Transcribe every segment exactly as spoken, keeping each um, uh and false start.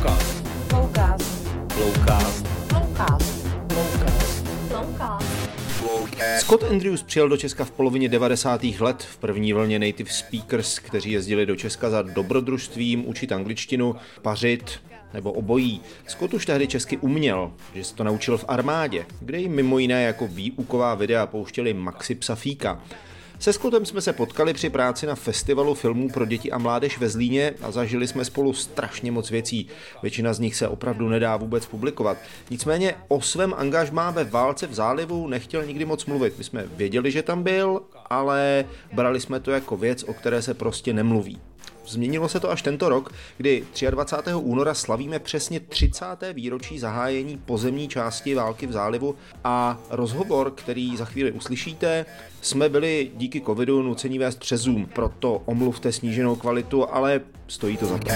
Flowcast. Flowcast. Flowcast. Flowcast. Flowcast. Flowcast. Scott Andrews přijel do Česka v polovině devadesátých let v první vlně Native Speakers, kteří jezdili do Česka za dobrodružstvím, učit angličtinu, pařit nebo obojí. Scott už tehdy česky uměl, že se to naučil v armádě, kde jim mimo jiné jako výuková videa pouštěli Maxi Psafíka. Se Scottem jsme se potkali při práci na festivalu filmů pro děti a mládež ve Zlíně a zažili jsme spolu strašně moc věcí. Většina z nich se opravdu nedá vůbec publikovat. Nicméně o svém angažmá ve válce v zálivu nechtěl nikdy moc mluvit. My jsme věděli, že tam byl, ale brali jsme to jako věc, o které se prostě nemluví. Změnilo se to až tento rok, kdy dvacátého třetího února slavíme přesně třicáté výročí zahájení pozemní části války v zálivu a rozhovor, který za chvíli uslyšíte, jsme byli díky covidu nuceni vést přes Zoom, proto omluvte sníženou kvalitu, ale stojí to za to.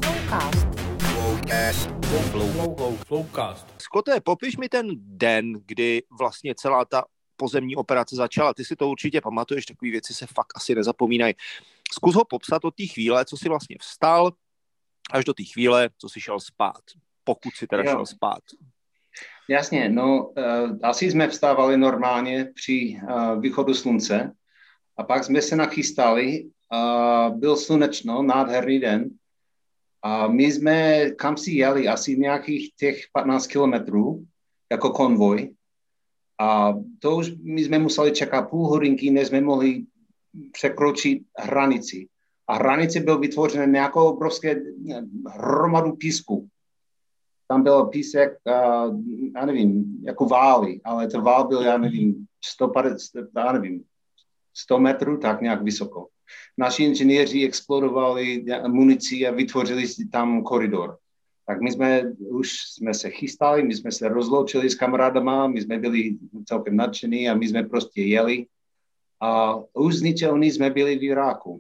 Flowcast. Skote, popiš mi ten den, kdy vlastně celá ta pozemní operace začala. Ty si to určitě pamatuješ, takové věci se fakt asi nezapomínají. Zkus ho popsat od té chvíle, co si vlastně vstal, až do té chvíle, co si šel spát. Pokud si teda jo. šel spát. Jasně, no uh, asi jsme vstávali normálně při uh, východu slunce a pak jsme se nachystali. Uh, byl slunečno, nádherný den. A my jsme kam si jeli, asi nějakých těch patnáct kilometrů jako konvoj. A to už my jsme museli čekat půl hodinky, než jsme mohli překročit hranici. A hranice byl vytvořena nějakou obrovské hromadu písku. Tam byl písek, uh, já nevím, jako vály, ale to vál byl, já nevím, sto padesát, já nevím, sto metrů, tak nějak vysoko. Naši inženýři explodovali munici a vytvořili si tam koridor. Tak my jsme už jsme se chystali, my jsme se rozloučili s kamarádama, my jsme byli celkem nadšení a my jsme prostě jeli. A už z ničeho nic jsme byli v Iráku.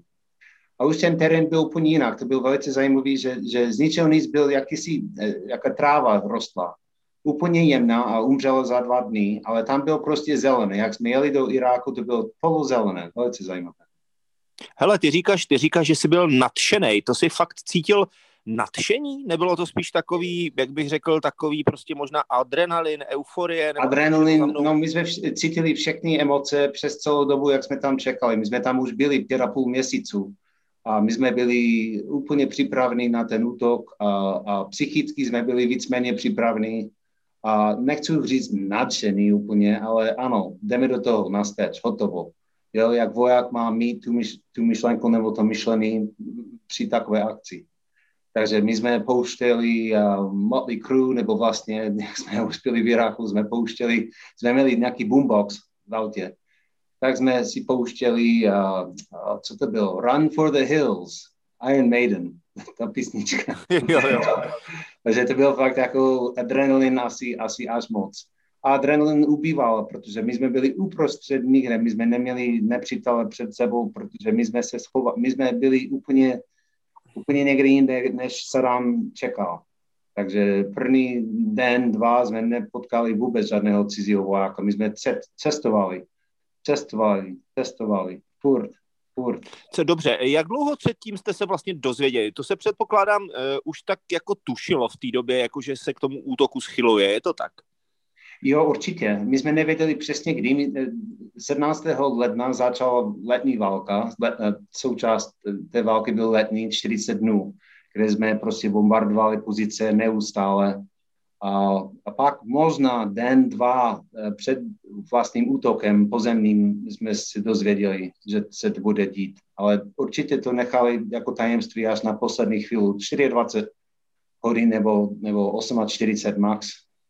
A už ten terén byl úplně jinak. To byl velice zajímavý, že, že z ničeho nic byl jakýsi, jaká tráva rostla. Úplně jemná a umřela za dva dny, ale tam byl prostě zelené. Jak jsme jeli do Iráku, to bylo polozelené. Velice zajímavé. Hele, ty říkáš, ty říkáš, že jsi byl nadšenej. To jsi fakt cítil nadšení? Nebylo to spíš takový, jak bych řekl, takový prostě možná adrenalin, euforie? Nebo adrenalin, no my jsme vš- cítili všechny emoce přes celou dobu, jak jsme tam čekali. My jsme tam už byli pět a půl měsíců a my jsme byli úplně připraveni na ten útok a, a psychicky jsme byli víceméně připraveni. A nechci říct nadšený úplně, ale ano, jdeme do toho, nasteč, hotovo. Jo, jak voják má mít tu, myš- tu myšlenku nebo to myšlení při takové akci. Takže my jsme pouštěli uh, Motley Crue, nebo vlastně, jak jsme uspěli v Iráku, jsme pouštěli, jsme měli nějaký boombox v autě. Tak jsme si pouštěli, uh, uh, co to bylo? Run for the Hills, Iron Maiden, ta písnička. jo, jo. Takže to byl fakt jako adrenalin asi, asi až moc. A adrenalin ubýval, protože my jsme byli uprostřed nikde, my jsme neměli nepřítele před sebou, protože my jsme se schovali, my jsme byli úplně úplně někde jinde, než Saddam čekal. Takže první den, dva jsme nepotkali vůbec žádného cizího vojáka. My jsme cestovali, cestovali, cestovali, furt, furt. Co dobře, jak dlouho předtím jste se vlastně dozvěděli? To se předpokládám uh, už tak jako tušilo v té době, jakože se k tomu útoku schyluje, je to tak? Jo, určitě. My jsme nevěděli přesně kdy. sedmnáctého ledna začala letní válka. Součást té války byl letní čtyřicet dnů, kde jsme prostě bombardovali pozice neustále. A, a pak možná den, dva před vlastním útokem pozemním jsme se dozvěděli, že se to bude dít. Ale určitě to nechali jako tajemství až na poslední chvíli. dvacet čtyři hodin nebo, nebo čtyřicet osm max.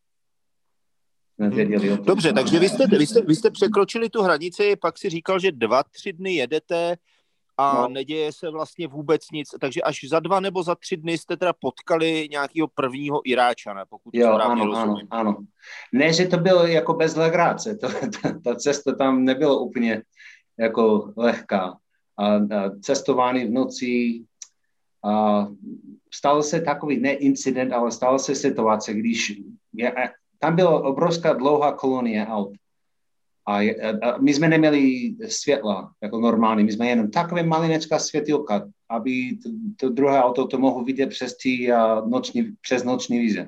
Hmm. Dobře, takže vy jste, vy, jste, vy jste překročili tu hranici, pak si říkal, že dva, tři dny jedete a no. neděje se vlastně vůbec nic, takže až za dva nebo za tři dny jste teda potkali nějakého prvního Iráčana, pokud jo, to správně ano, rozumím. Ano, ano. Ne, že to bylo jako bez legrace, to, ta, ta cesta tam nebyla úplně jako lehká. A, a cestování v noci, a stalo se takový ne incident, ale stala se situace, když je, tam byla obrovská dlouhá kolonie aut. A, a my jsme neměli světla jako normálně, my jsme jenom takové malinečká světilka, aby to, to druhé auto to mohlo vidět přes, ty, uh, noční, přes noční vize.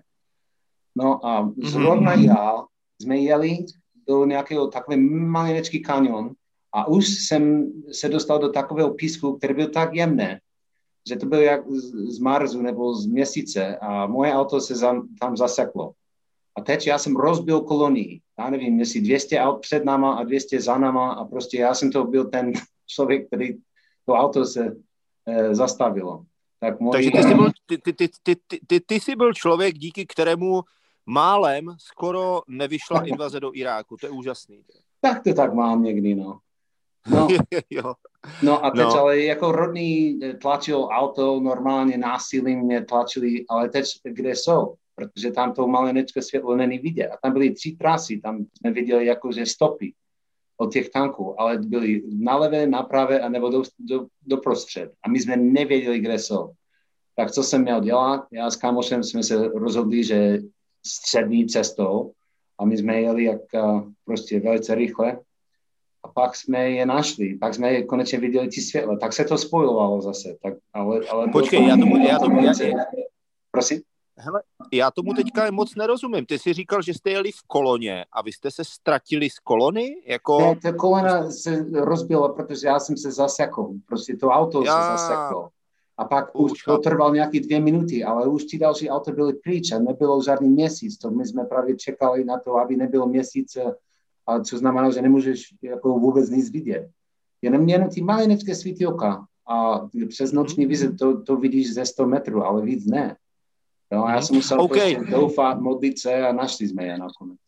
No a zrovna mm-hmm. já jsme jeli do nějakého takového maličký kanion a už jsem se dostal do takového písku, který byl tak jemné, že to bylo jak z Marsu nebo z Měsíce a moje auto se za, tam zaseklo. A teď já jsem rozbil kolonii. Já nevím, jestli dvě stě aut před náma a dvě stě za náma a prostě já jsem to byl ten člověk, který to auto se eh, zastavilo. Tak můj... Takže ty jsi, byl, ty, ty, ty, ty, ty, ty, ty jsi byl člověk, díky kterému málem skoro nevyšla invaze do Iráku. To je úžasný. Tak to tak mám někdy, no. No, jo. no a teď no. ale jako rodný tlačil auto, normálně násilím mě tlačili, ale teď kde jsou? Protože tam to malinečké světlo není vidět. A tam byly tři trasy, tam jsme viděli jakože stopy od těch tanků, ale byly na levé, na pravé a nebo do, do, do prostřed. A my jsme nevěděli, kde jsou. Tak co jsem měl dělat? Já s kámošem jsme se rozhodli, že střední cestou a my jsme jeli jak prostě velice rychle. A pak jsme je našli, pak jsme je konečně viděli ty světla, tak se to spojovalo zase. Tak, ale, ale Počkej, já tomu, já tomu, já, prosím? Hele, já tomu teďka moc nerozumím. Ty jsi říkal, že jste jeli v koloně a vy jste se ztratili z kolony? Jako... Ne, ta kolona se rozbila, protože já jsem se zasekl. Prostě to auto já... se zaseklo. A pak už, už to trvalo nějaké dvě minuty, ale už ty další auto byly pryč a nebylo žádný měsíc. To my jsme právě čekali na to, aby nebylo měsíc, a co znamená, že nemůžeš jako vůbec nic vidět. Jenom, jenom ty malinečké svítilka a přes noční vize to, to vidíš ze sto metrů, ale víc ne. No, a já jsem musel okay. prostě doufat, modlit se a našli jsme je nakonec.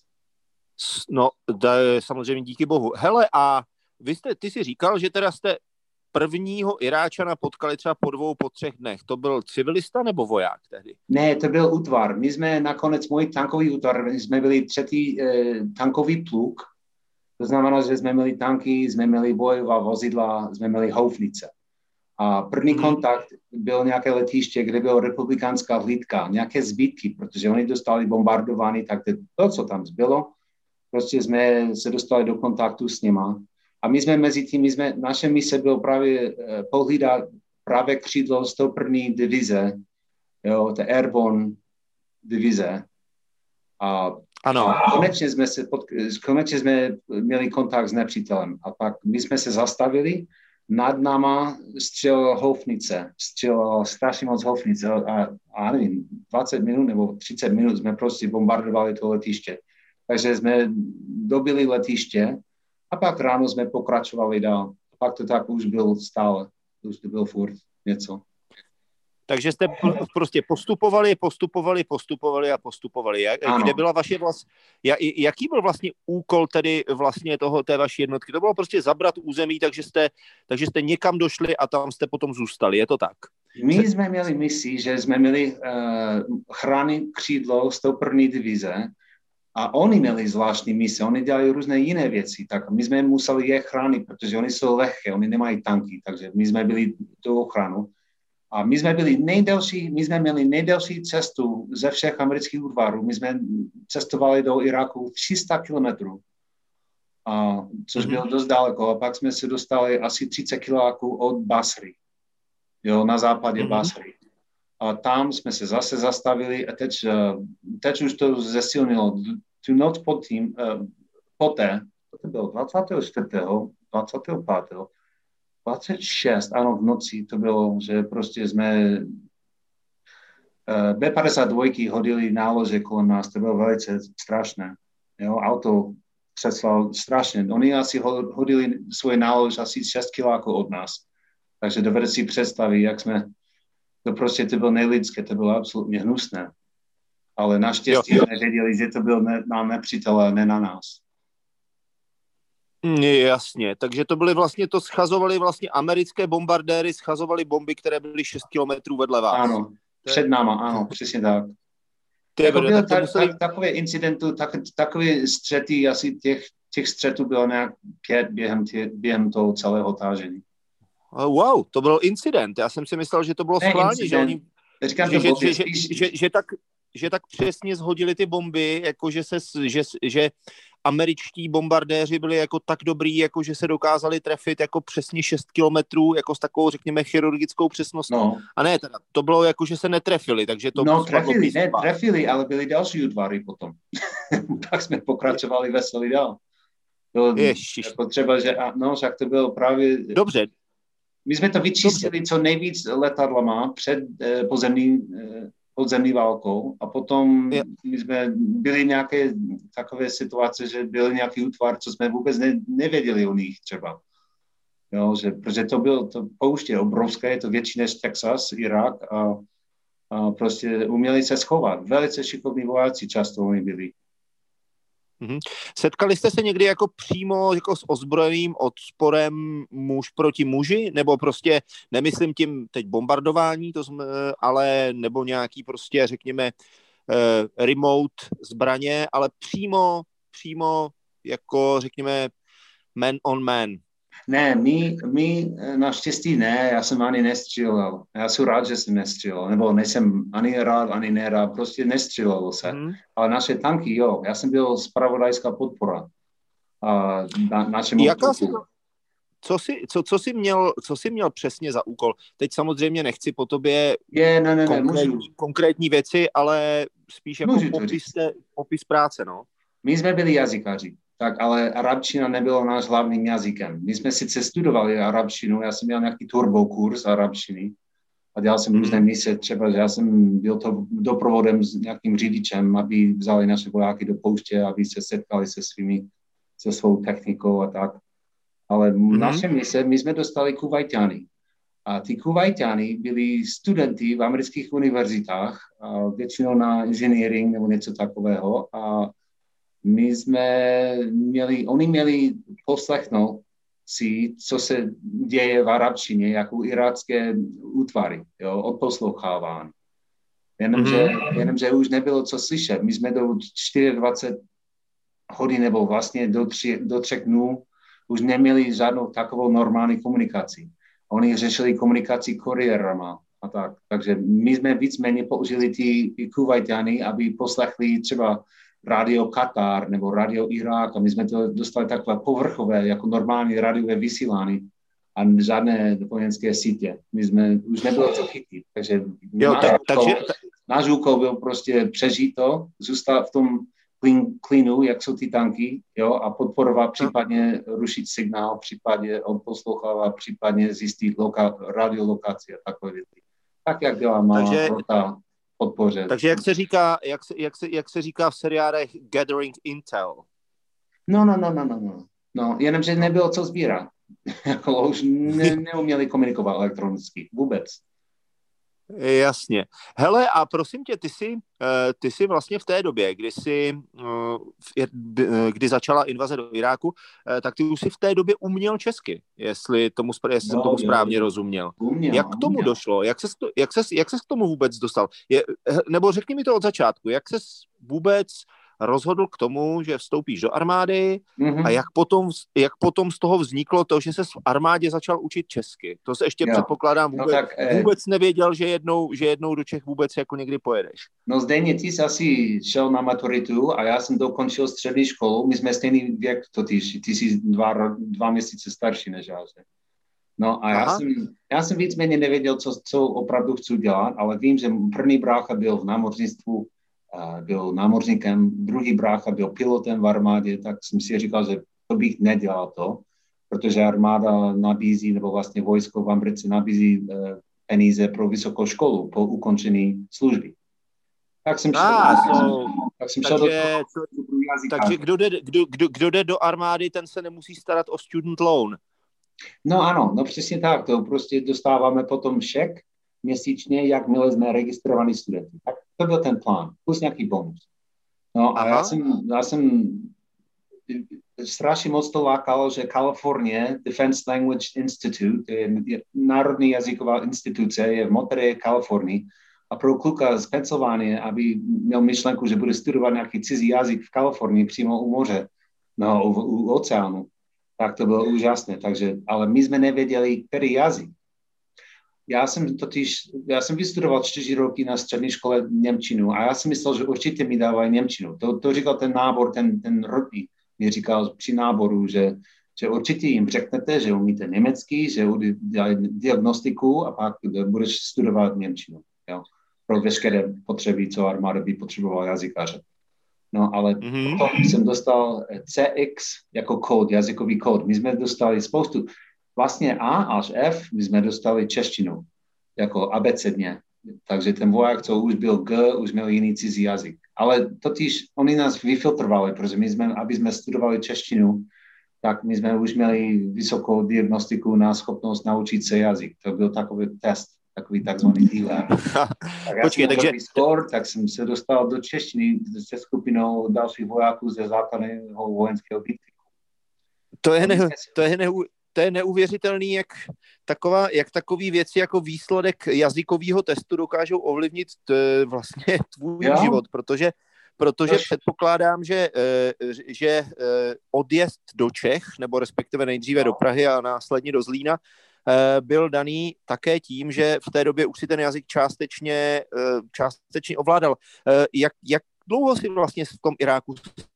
No, da, samozřejmě díky bohu. Hele, a vy jste, ty jsi říkal, že teda jste prvního Iráčana potkali třeba po dvou, po třech dnech. To byl civilista nebo voják tehdy? Ne, to byl útvar. My jsme nakonec, můj tankový útvar, my jsme byli třetí eh, tankový pluk. To znamená, že jsme měli tanky, jsme měli bojová vozidla, jsme měli houfnice. A první hmm. kontakt byl nějaké letiště, kde byla republikánská hlídka, nějaké zbytky, protože oni dostali bombardování, tak to, co tam zbylo, prostě jsme se dostali do kontaktu s nima. A my jsme mezi tím, my jsme, naše mise bylo právě eh, pohlídat právě křídlo sto první divize, jo, to Airborne divize. A ano. konečně jsme, se pod, konečně jsme měli kontakt s nepřítelem. A pak my jsme se zastavili, nad náma střelila houfnice, střelila strašně moc houfnice a, a nevím, dvacet minut nebo třicet minut jsme prostě bombardovali to letiště. Takže jsme dobili letiště a pak ráno jsme pokračovali dál. A pak to tak už bylo stále, už to bylo furt něco. Takže jste prostě postupovali, postupovali, postupovali a postupovali. Jak, kde byla vaše vlast, jaký byl vlastně úkol tedy vlastně toho, té vaší jednotky? To bylo prostě zabrat území, takže jste, takže jste někam došli a tam jste potom zůstali. Je to tak? My jsme měli misi, že jsme měli uh, chránit křídlo sto první divize a oni měli zvláštní mise, oni dělali různé jiné věci, tak my jsme museli je chránit, protože oni jsou lehké, oni nemají tanky, takže my jsme byli do ochranu. A my jsme byli nejdelší, my jsme měli nejdelší cestu ze všech amerických útvarů. My jsme cestovali do Iráku tři sta kilometrů, a, což bylo dost daleko. A pak jsme se dostali asi třicet kilometrů od Basry, jo, na západě mm-hmm. Basry. A tam jsme se zase zastavili a teď, teď už to zesilnilo. Tu noc pod tím, poté, to bylo dvacátého čtvrtého, dvacátého pátého dvacet šest, ano, v noci to bylo, že prostě jsme uh, bé padesát dva hodili nálože kolem nás, to bylo velice strašné. Jo, auto přeslal strašně. Oni asi hodili svoje nálož asi šest kiláků od nás. Takže dovede si představit, jak jsme, to prostě to bylo nelidské, to bylo absolutně hnusné. Ale naštěstí jsme věděli, že to byl ne, na nepřítele, ne na nás. Jasně, takže to byly vlastně, to schazovali vlastně americké bombardéry, schazovali bomby, které byly šest kilometrů vedle vás. Ano, před náma, ano, přesně tak. Ty jako byl, byl tak ta, museli... ta, takové incidenty, tak, takové střety, asi těch, těch střetů bylo nějak pět během, tě, během toho celého tážení. Wow, to byl incident, já jsem si myslel, že to bylo schválně, že oni... Říkám, že, že, že, že, že, že, že tak... že tak přesně zhodili ty bomby, jako že se, že, že američtí bombardéři byli jako tak dobrý, jako že se dokázali trefit jako přesně šest kilometrů, jako s takovou, řekněme, chirurgickou přesností. No. A ne, teda, to bylo jako, že se netrefili, takže to... No, trefili, ne, trefili, ale byli další útvary potom. Tak jsme pokračovali veselý dál. Bylo potřeba, že, no, však to bylo právě... Dobře. My jsme to vyčistili co nejvíc letadlama před eh, pozemní, eh, podzemní válkou a potom je. My jsme byli nějaké takové situace, že byl nějaký útvar, co jsme vůbec ne, nevěděli o nich třeba. Jo, že, protože to bylo, to pouště obrovské, je to větší než Texas, Irák a, a prostě uměli se schovat. Velice šikovní vojáci často oni byli. Mm-hmm. Setkali jste se někdy jako přímo jako s ozbrojeným odporem muž proti muži? Nebo prostě, nemyslím tím teď bombardování, to jsme, ale nebo nějaký prostě, řekněme, uh, remote zbraně, ale přímo, přímo jako, řekněme, man on man. Ne, my, my naštěstí ne, já jsem ani nestřílel. Já jsem rád, že jsem nestřílel, nebo nejsem ani rád, ani nerád, prostě nestřílel se. Mm. Ale naše tanky, jo, já jsem byl zpravodajská podpora. A na, našemu Jaká si to, co, jsi, co, co, jsi měl, co jsi měl přesně za úkol? Teď samozřejmě nechci po tobě je, ne, ne, konkrétní, ne, konkrétní věci, ale spíš jako popis, popis práce, no. My jsme byli jazykaři. Tak, ale arabčina nebylo náš hlavním jazykem. My jsme sice studovali arabčinu, já jsem měl nějaký turbokurs arabčiny a dělal jsem různé mise, třeba, že já jsem byl to doprovodem s nějakým řidičem, aby vzali naše vojáky do pouště, aby se setkali se svými, se svou technikou a tak. Ale mm-hmm. naše mise, my jsme dostali Kuvajťany. A ty Kuvajťany byli studenty v amerických univerzitách, a většinou na engineering nebo něco takového a my jsme měli, oni měli poslechnout si, co se děje v arabčině, jako irácké útvary, jo, odposlouchávání. Jenomže, mm-hmm. jenomže už nebylo co slyšet. My jsme do dvacet čtyři hodin nebo vlastně do, tři, do třech dnů už neměli žádnou takovou normální komunikaci. Oni řešili komunikaci kuriérama a tak. Takže my jsme víceméně použili ty Kuvajťany, aby poslechli třeba Radio Katar nebo Radio Irák a my jsme to dostali takové povrchové, jako normální radiové vysílání a žádné vojenské sítě. My jsme, už nebylo co chytit, takže jo, náš, tak, úkol, takže náš úkol byl prostě přežít to, zůstat v tom klínu, jak jsou ty tanky, jo, a podporovat, případně rušit signál, případně odposlouchávat, případně zjistit loka, radiolokaci a takové věci. Tak, jak byla má takže... rota podpoře. Takže jak se říká, jak se, jak se, jak se říká v seriálech gathering intel? No, no, no, no, no, no. No, jenomže nebylo co sbírat. Jako už ne, neuměli komunikovat elektronicky. Vůbec. Jasně. Hele, a prosím tě, ty jsi, ty jsi vlastně v té době, kdy jsi, kdy začala invaze do Iráku, tak ty už si v té době uměl česky, jestli tomu, jestli no, jsem tomu správně jo, rozuměl. Uměl, jak k tomu uměl. došlo? Jak ses, jak, ses, jak ses k tomu vůbec dostal? Je, nebo řekni mi to od začátku, jak ses vůbec rozhodl k tomu, že vstoupíš do armády mm-hmm. a jak potom, jak potom z toho vzniklo to, že ses v armádě začal učit česky. To se ještě jo. předpokládám vůbec, no tak, eh, vůbec nevěděl, že jednou, že jednou do Čech vůbec jako někdy pojedeš. No Zdeně, ty jsi asi šel na maturitu a já jsem dokončil střední školu. My jsme stejný věk totiž. Ty jsi dva, dva měsíce starší než já. Že? No a já jsem, já jsem víceméně nevěděl, co, co opravdu chci dělat, ale vím, že první brácha byl v námořnictvu, byl námořníkem, druhý brácha byl pilotem v armádě, tak jsem si říkal, že to bych nedělal to, protože armáda nabízí, nebo vlastně vojsko v Americe nabízí eh, peníze pro vysokou školu po ukončení služby. Tak jsem šel, ah, tak so, tak jsem takže, šel do toho, takže kdo jde, kdo, kdo, kdo jde do armády, ten se nemusí starat o student loan. No ano, no přesně tak, to prostě dostáváme potom šek měsíčně, jakmile jsme registrovaní studenti. Tak to byl ten plán, plus nějaký bonus. No a já jsem, já jsem strašně moc to lákalo, že Kalifornie Defense Language Institute, je národní jazyková instituce, je v Monterey, Kalifornii, a pro kluka z Pensylvánie, aby měl myšlenku, že bude studovat nějaký cizí jazyk v Kalifornii přímo u moře, no, u, u oceánu, tak to bylo úžasné. Takže, ale my jsme nevěděli, který jazyk. Já jsem totiž, já jsem vystudoval čtyři roky na střední škole němčinu a já jsem myslel, že určitě mi dávají němčinu. To, to říkal ten nábor, ten, ten rodný. mi říkal při náboru, že, že určitě jim řeknete, že umíte německý, že udělají diagnostiku a pak budeš studovat němčinu. Jo? Pro veškeré potřeby, co armáda by potřebovala jazykaře. No ale mm-hmm. potom jsem dostal C X jako kód, jazykový kód. My jsme dostali spoustu, vlastně A až F, my jsme dostali češtinu, jako abecedně. Takže ten voják, co už byl G, už měl jiný cizí jazyk. Ale totiž oni nás vyfiltrovali, protože my jsme, aby jsme studovali češtinu, tak my jsme už měli vysokou diagnostiku na schopnost naučit se jazyk. To byl takový test, takový takzvaný díler. Tak já Počkej, jsem takže... skor, tak jsem se dostal do češtiny se skupinou dalších vojáků ze základního vojenského výcviku. To je, ne, to je, ne, to je neuvěřitelný, jak, taková, jak takový věci jako výsledek jazykového testu dokážou ovlivnit t, vlastně tvůj jo. život, protože Protože Tož. předpokládám, že, že odjezd do Čech, nebo respektive nejdříve do Prahy a následně do Zlína, byl daný také tím, že v té době už si ten jazyk částečně, částečně ovládal. Jak, jak dlouho si vlastně v tom Iráku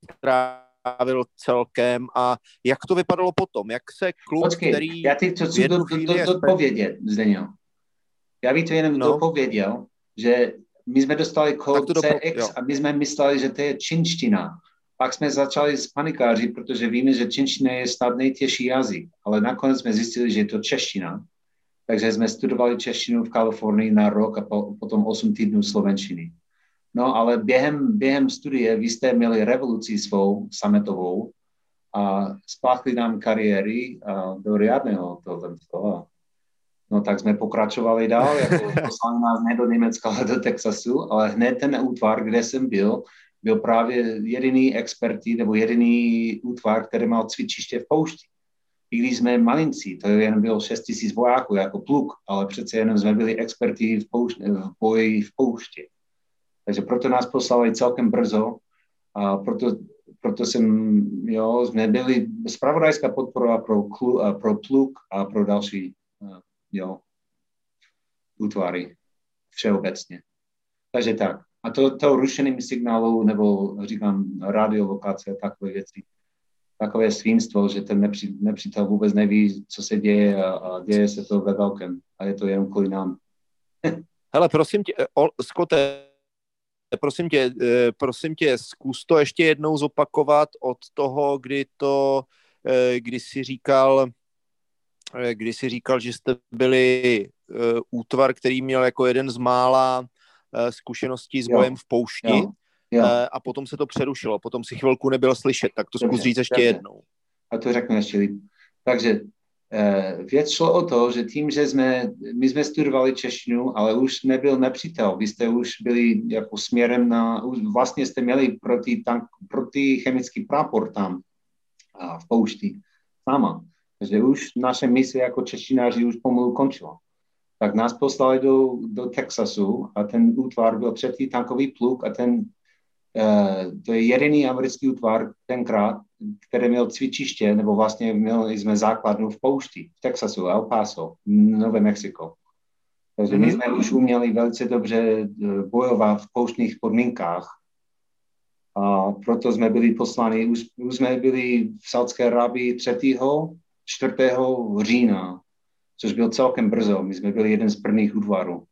strávil celkem a jak to vypadalo potom? Jak se kluk, Počkej, který... já ti to chci dopovědět, Zdeňo. Já bych to jenom no. dopověděl, že my jsme dostali kód dopo- C X jo. a my jsme mysleli, že to je čínština. Pak jsme začali spanikářit, protože víme, že čínština je snad nejtěžší jazyk, ale nakonec jsme zjistili, že je to čeština. Takže jsme studovali češtinu v Kalifornii na rok a po, potom osm týdnů slovenštiny. No ale během, během studie vy jste měli revoluci svou sametovou a spláchli nám kariéry a do riadného tohle slova. No tak jsme pokračovali dál, jako poslali nás ne do Německa, ale do Texasu, ale hned ten útvar, kde jsem byl, byl právě jediný expertí, nebo jediný útvar, který mal cvičiště v poušti. I když jsme malinci, to jen bylo šest tisíc vojáků jako pluk, ale přece jenom jsme byli experti v, poušti, v boji v poušti. Takže proto nás poslali celkem brzo a proto, proto jsem, jo, jsme byli zpravodajská podpora pro, klu, pro pluk a pro další jo, útvary všeobecně. Takže tak. A to, to rušeným signálu, nebo říkám radiolokace, takové věci, takové svinstvo, že ten nepří, nepřítel vůbec neví, co se děje a, a děje se to ve velkém. A je to jenom kvůli nám. Hele, prosím tě, o, Scotте, prosím tě, prosím tě, zkus to ještě jednou zopakovat od toho, kdy to, kdy jsi říkal, kdy jsi říkal, že jste byli uh, útvar, který měl jako jeden z mála uh, zkušeností s bojem v poušti jo. Jo. Uh, a potom se to přerušilo, potom si chvilku nebyl slyšet, tak to zkus říct ještě jednou. A to řeknu ještě líp. Takže uh, věc šlo o to, že tím, že jsme, my jsme studovali češtinu, ale už nebyl nepřítel, vy jste už byli jako směrem na, vlastně jste měli proti, tank, proti chemický prápor tam uh, v poušti sama. Takže už naše mise jako češtináři už pomalu končila. Tak nás poslali do, do Texasu a ten útvar byl třetí tankový pluk a ten, uh, to je jediný americký útvar tenkrát, který měl cvičiště, nebo vlastně měli jsme základnu v poušti, v Texasu, El Paso, Nové Mexiko. Takže my jsme už uměli velice dobře bojovat v pouštních podmínkách. A proto jsme byli poslani, už, už jsme byli v Saudské Arábii třetího čtvrtého října, což byl celkem brzo. My jsme byli jeden z prvních útvarů.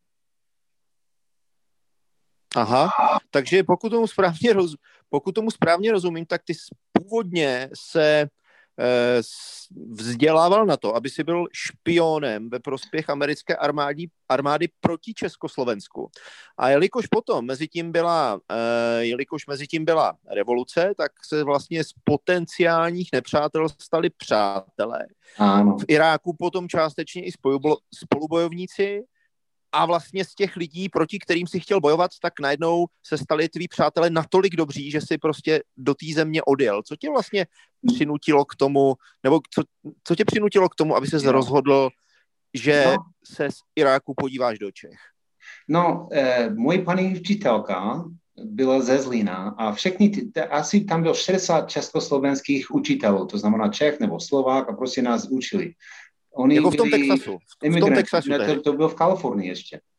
Aha, takže pokud tomu správně, roz, pokud tomu správně rozumím, tak ty původně se eh, vzdělával na to, aby si byl špionem ve prospěch americké armády, armády proti Československu. A jelikož potom mezi tím byla, eh, jelikož mezi tím byla revoluce, tak se vlastně z potenciálních nepřátel stali přátelé. Ano. V Iráku potom částečně i spolubojovníci a vlastně z těch lidí, proti kterým si chtěl bojovat, tak najednou se stali tví přátelé natolik dobří, že si prostě do té země odjel. Co tě vlastně přinutilo k tomu, nebo co, co tě přinutilo k tomu, aby ses no. rozhodl, že no. se z Iráku podíváš do Čech? No, eh, moje paní učitelka byla ze Zlína a všechny, ty, asi tam bylo šedesát československých učitelů, to znamená Čech nebo Slovák a prostě nás učili. Oni jako v tom Texasu. V tom Texasu ne, to, to bylo v Kalifornii ještě.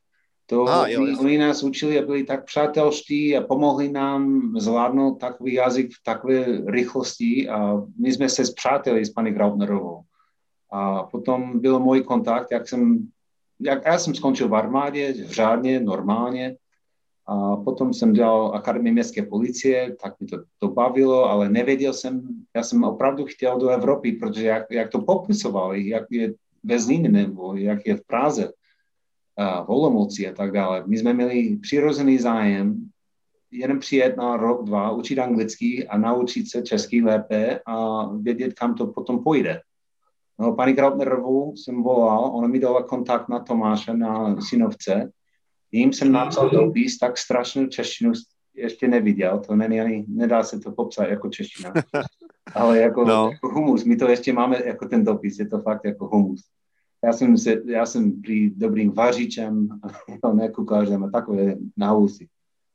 To ah, jo, oni, oni nás učili a byli tak přátelští a pomohli nám zvládnout takový jazyk v takové rychlosti a my jsme se spřáteli s paní Graupnerovou. A potom byl můj kontakt, jak jsem, jak já jsem skončil v armádě, řádně, normálně. A potom jsem dělal Akademii městské policie, tak mi to, to bavilo, ale nevěděl jsem, já jsem opravdu chtěl do Evropy, protože jak, jak to popisovali, jak je ve Zlíně nebo jak je v Praze, v Olomouci a tak dále. My jsme měli přirozený zájem jenom přijet na rok, dva, učit anglicky a naučit se česky lépe a vědět, kam to potom půjde. No, paní Graupnerovou jsem volal, ona mi dala kontakt na Tomáše, na Synovce. Jím jsem napsal dopis, tak strašnou češtinu ještě neviděl, to není ani, nedá se to popsat jako čeština, ale jako, no. jako humus, my to ještě máme jako ten dopis, je to fakt jako humus. Já jsem, se, já jsem prý dobrým vařičem, ne kuchařem a takové náusy.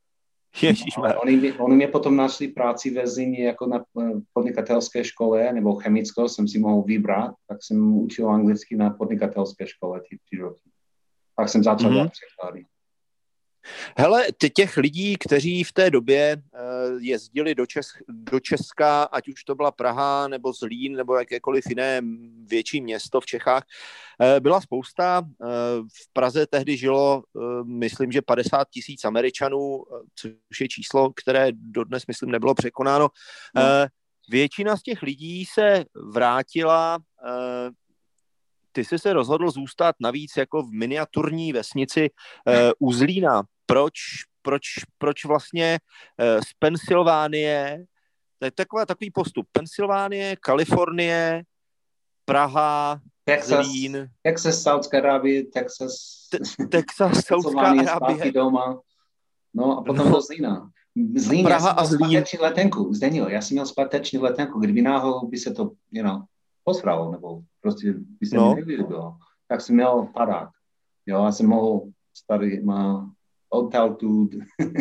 No, oni, oni mě potom našli práci ve Zlíně jako na podnikatelské škole, nebo chemickou jsem si mohl vybrat, tak jsem učil anglicky na podnikatelské škole ty tři roky. Pak jsem začal dělat mm-hmm. překlady. Hele, těch lidí, kteří v té době uh, jezdili do, Česk- do Česka, ať už to byla Praha, nebo Zlín, nebo jakékoliv jiné větší město v Čechách, uh, byla spousta. Uh, v Praze tehdy žilo, uh, myslím, že padesát tisíc Američanů, uh, což je číslo, které dodnes, myslím, nebylo překonáno. Uh, většina z těch lidí se vrátila. Uh, Ty jsi se rozhodl zůstat navíc jako v miniaturní vesnici uh, u Zlína. Proč, proč, proč vlastně uh, z Pensylvánie, to je taková, takový postup, Pensylvánie, Kalifornie, Praha, Texas, Zlín. Texas, Saudská Arábie, Texas, Te- Texas, Saudská Arábie. Doma. No a potom no. do Zlína. Zlín, Praha já jsem měl Zlín. zpáteční letenku, Zdenil, já jsem měl zpáteční letenku, kdyby náhodou by se to, you know, posralo, nebo prostě by se no. mi nevylíbilo. Tak jsem měl padák. Jo, já jsem mohl starý, má odtamtud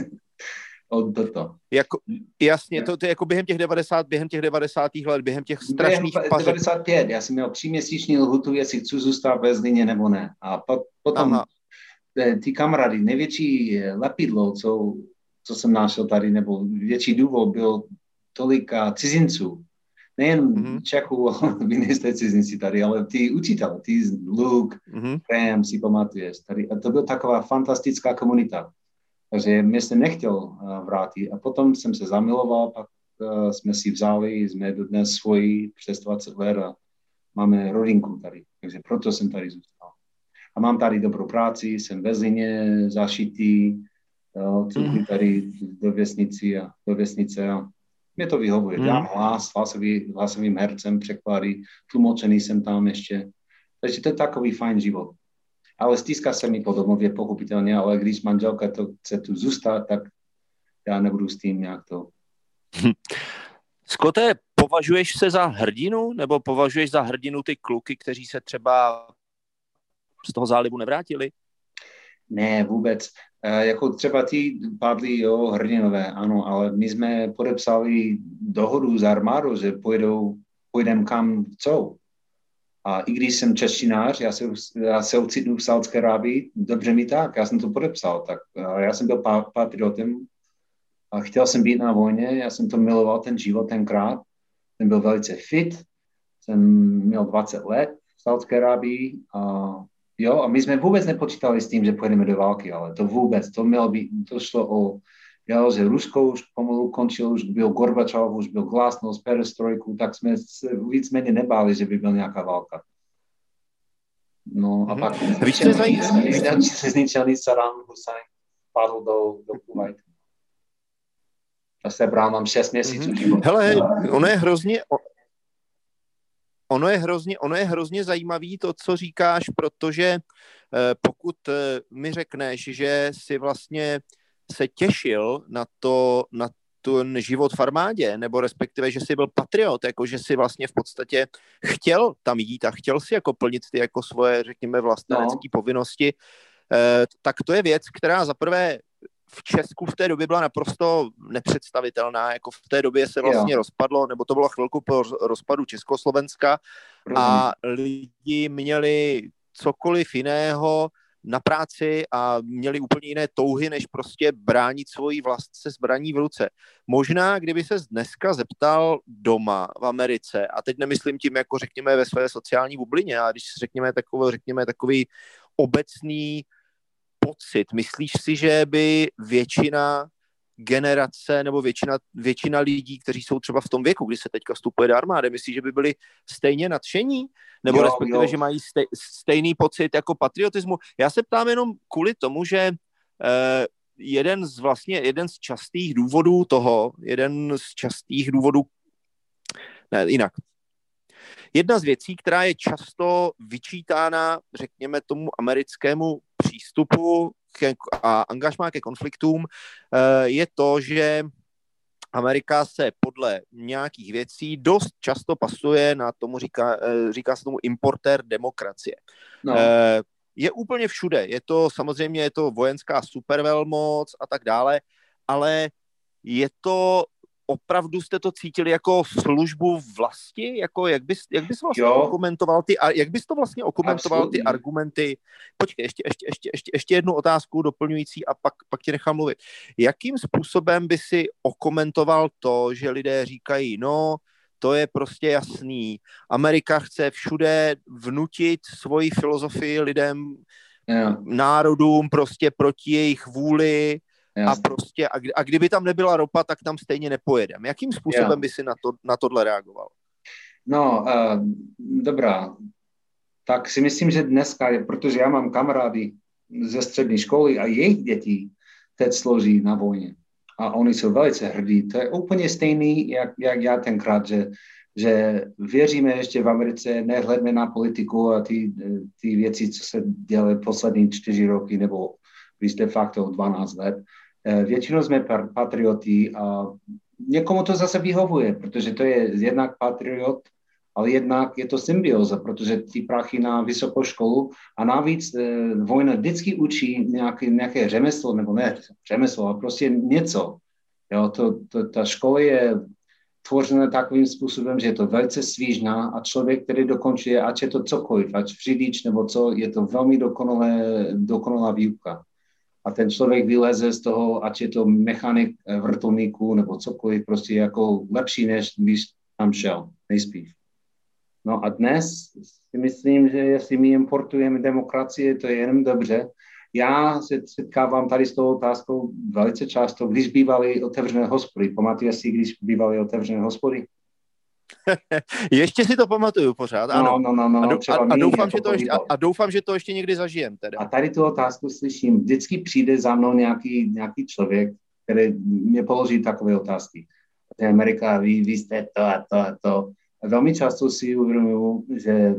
od toto. Jako, jasně, to, to je jako během těch devadesát, během těch devadesátých let, během těch strašných pasek. devadesát pět, já jsem měl tříměsíční lhutu, jestli chci zůstat ve Zlíně nebo ne. A po, potom Aha. ty kamarády, největší lepidlo, co, co jsem našel tady, nebo větší důvod byl tolika cizinců. Nejen mm-hmm. Čechů, vy nejste cizinci tady, ale ty učitele, ty Luke, mm-hmm. Graham, si pamatuješ. Tady. A to byla taková fantastická komunita. Takže mě se nechtěl uh, vrátit. A potom jsem se zamiloval, pak uh, jsme si vzali, jsme dodnes svoji přes dvacet let a máme rodinku tady. Takže proto jsem tady zůstal. A mám tady dobrou práci, jsem ve Zlíně, zašitý, uh, mm-hmm. tady do vesnici a do vesnice a mě to vyhovuje. Dám hmm. hlas, hlasový, hlasovým hercem, překlady, tlumočený jsem tam ještě. Takže to je takový fajn život. Ale stýská se mi po domově, pochopitelně, ale když manželka to chce tu zůstat, tak já nebudu s tím nějak to. Skote, považuješ se za hrdinu, nebo považuješ za hrdinu ty kluky, kteří se třeba z toho zálivu nevrátili? Ne, vůbec. E, jako třeba ty padly, jo, hrdinové, ano, ale my jsme podepsali dohodu s armádou, že pojedou, pojedem kam chcou. A i když jsem češtinář, já se, já se ocitnu v Saudské Arábii, dobře mi tak, já jsem to podepsal. Tak, já jsem byl patriotem a chtěl jsem být na vojně, já jsem to miloval, ten život tenkrát. Jsem byl velice fit, jsem měl dvacet let v Saudské Arábii a jo, a my jsme vůbec nepočítali s tím, že pojedeme do války, ale to vůbec, to mělo být, to šlo o, jo, že Rusko už pomalu končilo, už byl Gorbačov, už byl Glasnost, perestrojku, tak jsme se víceméně nebáli, že by byla nějaká válka. No a pak se zničený Saddam Hussein, padl do, do Kuwaitu. A sebral mám šest měsíců života. Hele, ono je hrozně... Ono je hrozně, ono je hrozně zajímavý to, co říkáš, protože eh, pokud eh, mi řekneš, že jsi vlastně se těšil na to, na ten život v armádě, nebo respektive, že jsi byl patriot, jako že jsi vlastně v podstatě chtěl tam jít a chtěl si jako plnit ty jako svoje, řekněme, vlastenecké no. povinnosti, eh, tak to je věc, která zaprvé v Česku v té době byla naprosto nepředstavitelná, jako v té době se vlastně jo. rozpadlo, nebo to bylo chvilku po rozpadu Československa a lidi měli cokoliv jiného, na práci a měli úplně jiné touhy, než prostě bránit svoji vlast se zbraní v ruce. Možná, kdyby se dneska zeptal doma v Americe, a teď nemyslím tím, jako řekněme ve své sociální bublině, a když řekněme takový, řekněme takový obecný pocit, myslíš si, že by většina generace nebo většina, většina lidí, kteří jsou třeba v tom věku, kdy se teďka vstupuje do armády, myslíš, že by byli stejně nadšení? Nebo jo, respektive, jo. že mají stej, stejný pocit jako patriotismu? Já se ptám jenom kvůli tomu, že eh, jeden z vlastně, jeden z častých důvodů toho, jeden z častých důvodů, ne, jinak. Jedna z věcí, která je často vyčítána, řekněme, tomu americkému přístupu a angažmá ke konfliktům, je to, že Amerika se podle nějakých věcí dost často pasuje na tomu, říká, říká se tomu importér demokracie. No. Je úplně všude. Je to samozřejmě, je to vojenská supervelmoc a tak dále, ale je to opravdu jste to cítili jako službu vlasti? Jako jak bys, jak bys vlastně jo. okomentoval ty, jak bys to vlastně okomentoval Absolutně. ty argumenty? Počkej, ještě, ještě, ještě, ještě, ještě jednu otázku doplňující a pak, pak ti nechám mluvit. Jakým způsobem by si okomentoval to, že lidé říkají, no, to je prostě jasný. Amerika chce všude vnutit svoji filozofii lidem, jo. národům prostě proti jejich vůli, a prostě, a, kdy, a kdyby tam nebyla ropa, tak tam stejně nepojedem. Jakým způsobem yeah. by si na, to, na tohle reagoval? No, uh, dobrá. Tak si myslím, že dneska, protože já mám kamarády ze střední školy a jejich děti teď složí na vojně. A oni jsou velice hrdí. To je úplně stejný, jak, jak já tenkrát, že, že věříme ještě v Americe, nehledme na politiku a ty, ty věci, co se dělají poslední čtyři roky, nebo víc de facto dvanáct let. Většinou jsme patrioti a někomu to zase vyhovuje, protože to je jednak patriot, ale jednak je to symbioza, protože ty prachy na vysokou školu a navíc e, vojna vždycky učí nějaké, nějaké řemeslo, nebo ne řemeslo, ale prostě něco. Jo, to, to, ta škola je tvořena takovým způsobem, že je to velice svížná a člověk, který dokončuje, ať je to cokoliv, ať řidič nebo co, je to velmi dokonalé, dokonalá výuka. A ten člověk vyleze z toho, ať je to mechanik vrtulníku nebo cokoliv, prostě jako lepší, než když tam šel, nejspíš. No a dnes si myslím, že jestli my importujeme demokracie, to je jenom dobře. Já se setkávám tady s tou otázkou velice často, když bývaly otevřené hospody. Pamatuješ si, když bývaly otevřené hospody? Ještě si to pamatuju pořád, ano. No, no, no, no, a, a, a, doufám, že to ještě, a, a doufám, že to ještě někdy zažijem. Teda. A tady tu otázku slyším. Vždycky přijde za mnou nějaký, nějaký člověk, který mě položí takové otázky. Amerika, vy, vy jste to a to a to. A velmi často si uvědomuji, že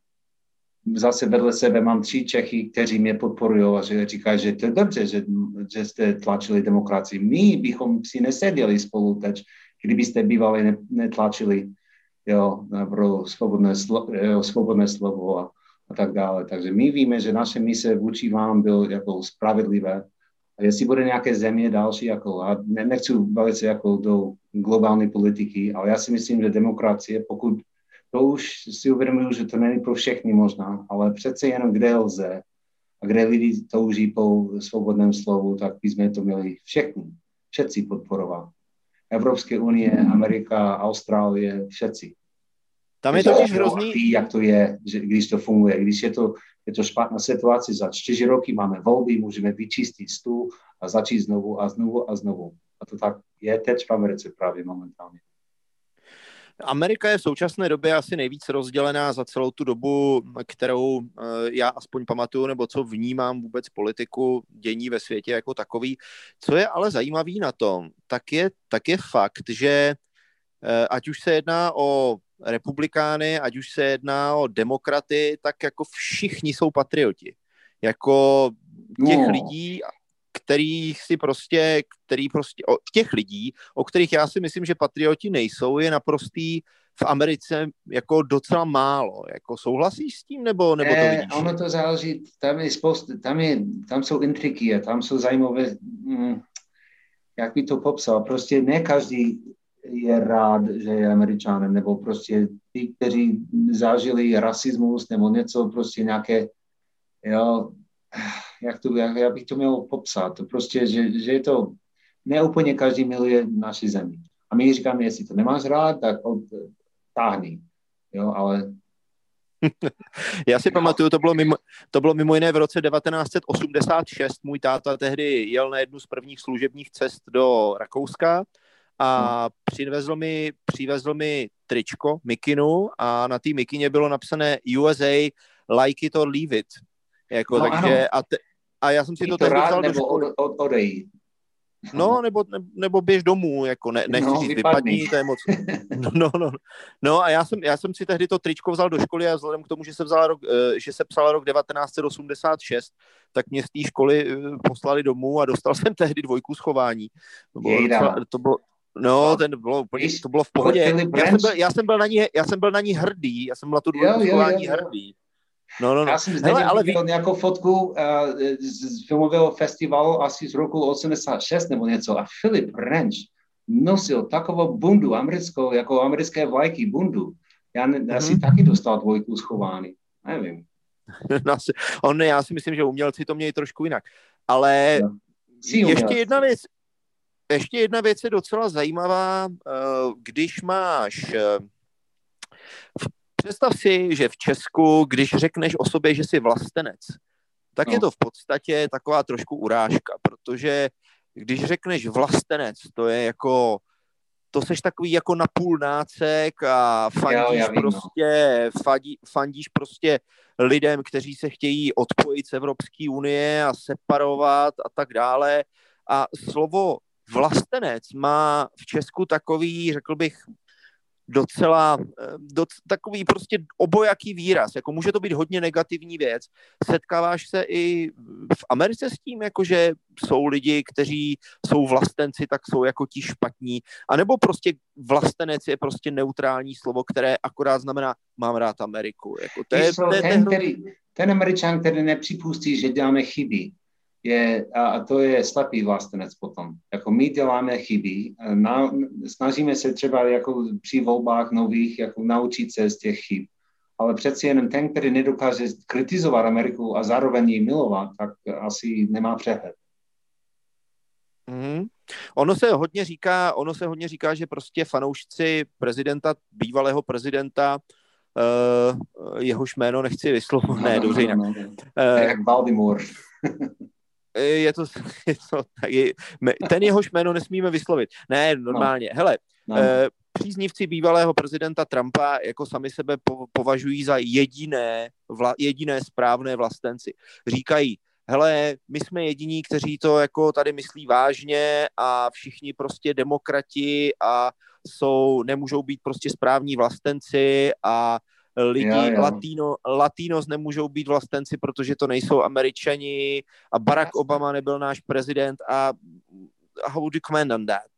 zase vedle sebe mám tři Čechy, kteří mě podporují a že říkají, že to je dobře, že, že jste tlačili demokracii. My bychom si neseděli spolu teď, kdybyste bývali netlačili jo, pro svobodné, slo, jo, svobodné slovo a, a tak dále. Takže my víme, že naše mise vůči vám bylo jako spravedlivé. A jestli bude nějaké země další, jako, a ne, nechci bavit se jako do globální politiky, ale já si myslím, že demokracie, pokud to už si uvědomuji, že to není pro všechny možná, ale přece jenom kde lze a kde lidi touží po svobodném slovu, tak bychom to měli všechny, všetci podporovat. Evropské unie, Amerika, Austrálie, všetci. Tam je totiž hrozný... Ví, jak to je, že, když to funguje. Když je to, je to špatná situace, za čtyři roky máme volby, můžeme vyčistit stůl a začít znovu a znovu a znovu. A to tak je teď v Americe právě momentálně. Amerika je v současné době asi nejvíc rozdělená za celou tu dobu, kterou já aspoň pamatuju, nebo co vnímám vůbec politiku, dění ve světě jako takový. Co je ale zajímavý na tom, tak je, tak je fakt, že ať už se jedná o republikány, ať už se jedná o demokraty, tak jako všichni jsou patrioti. Jako těch no. lidí, kterých si prostě, který prostě, o, těch lidí, o kterých já si myslím, že patrioti nejsou, je naprostý v Americe jako docela málo. Jako souhlasíš s tím, nebo, nebo to vidíš? Eh, ono to záleží, tam je spoustu, tam, je, tam jsou intriky a tam jsou zajímavé, hm, jak by to popsal, prostě ne každý je rád, že je Američanem, nebo prostě ty, kteří zažili rasismus, nebo něco, prostě nějaké, jo, jak, to, jak, jak bych to měl popsat, to prostě, že, že je to, ne úplně každý miluje naši zemi. A my říkáme, jestli to nemáš rád, tak od, táhni, jo, ale... Já si pamatuju, to bylo, mimo, to bylo mimo jiné v roce devatenáct set osmdesát šest, můj táta tehdy jel na jednu z prvních služebních cest do Rakouska a hmm. přivezl mi, přivezl mi tričko, mikinu a na té mikině bylo napsané U S A like it or leave it. Jako, no, takže, a, te, a já jsem si Mít to tehdy vzal do školy. Od, od, odejít. No, nebo, ne, nebo běž domů, jako ne, nechci no, říct vypadni, to je moc. No, no, no. no a já jsem, já jsem si tehdy to tričko vzal do školy a vzhledem k tomu, že se, vzal rok, že se psal rok devatenáct set osmdesát šest, tak mě z té školy poslali domů a dostal jsem tehdy dvojku schování. To bylo, docela, to bylo no, ten bylo úplně, to bylo v pohodě. Já jsem, byl, já, jsem byl na ní, já jsem byl na ní hrdý, já jsem byl na tu dvojku jo, schování jo, jo, jo. hrdý. No, no, no. Já jsem zde ale viděl nějakou fotku uh, z filmového festivalu asi z roku osmdesát šest nebo něco a Philip Rench nosil takovou bundu americkou, jako americké vlajky bundu. Já ne, mm-hmm. asi taky dostal dvojku schování. Nevím. On, já si myslím, že umělci to měli trošku jinak. Ale no. ještě jedna věc, ještě jedna věc je docela zajímavá, když máš... Představ si, že v Česku, když řekneš o sobě, že jsi vlastenec, tak no. je to v podstatě taková trošku urážka, protože když řekneš vlastenec, to je jako, to seš takový jako napůl nácek a fandíš jo, prostě, fandí, fandíš prostě lidem, kteří se chtějí odpojit z Evropské unie a separovat a tak dále. A slovo vlastenec má v Česku takový, řekl bych, docela doc, takový prostě obojaký výraz, jako může to být hodně negativní věc. Setkáváš se i v Americe s tím, jakože jsou lidi, kteří jsou vlastenci, tak jsou jako ti špatní, anebo prostě vlastenec je prostě neutrální slovo, které akorát znamená mám rád Ameriku. Jako to je, to je, ten, který, ten Američan, který nepřipustí, že děláme chyby, je, a to je slepý vlastenec potom. Jako my děláme chyby, na, snažíme se třeba jako při volbách nových jako naučit se z těch chyb. Ale přeci jenom ten, který nedokáže kritizovat Ameriku a zároveň ji milovat, tak asi nemá přehled. Mm. Ono se hodně říká, ono se hodně říká, že prostě fanoušci prezidenta, bývalého prezidenta, uh, jehož jméno nechci vyslovit, ne, dobře jinak. No, no, no. Uh, jak Baltimore. Je to, je to je, ten jehož jméno nesmíme vyslovit. Ne, normálně. No. Hele, no. eh, příznivci bývalého prezidenta Trumpa jako sami sebe po, považují za jediné, vla, jediné správné vlastenci. Říkají, hele, my jsme jediní, kteří to jako tady myslí vážně a všichni prostě demokrati a jsou, nemůžou být prostě správní vlastenci a lidi, jo, jo. Latino, latinos nemůžou být vlastenci, protože to nejsou Američani a Barack Obama nebyl náš prezident a how would you comment on that?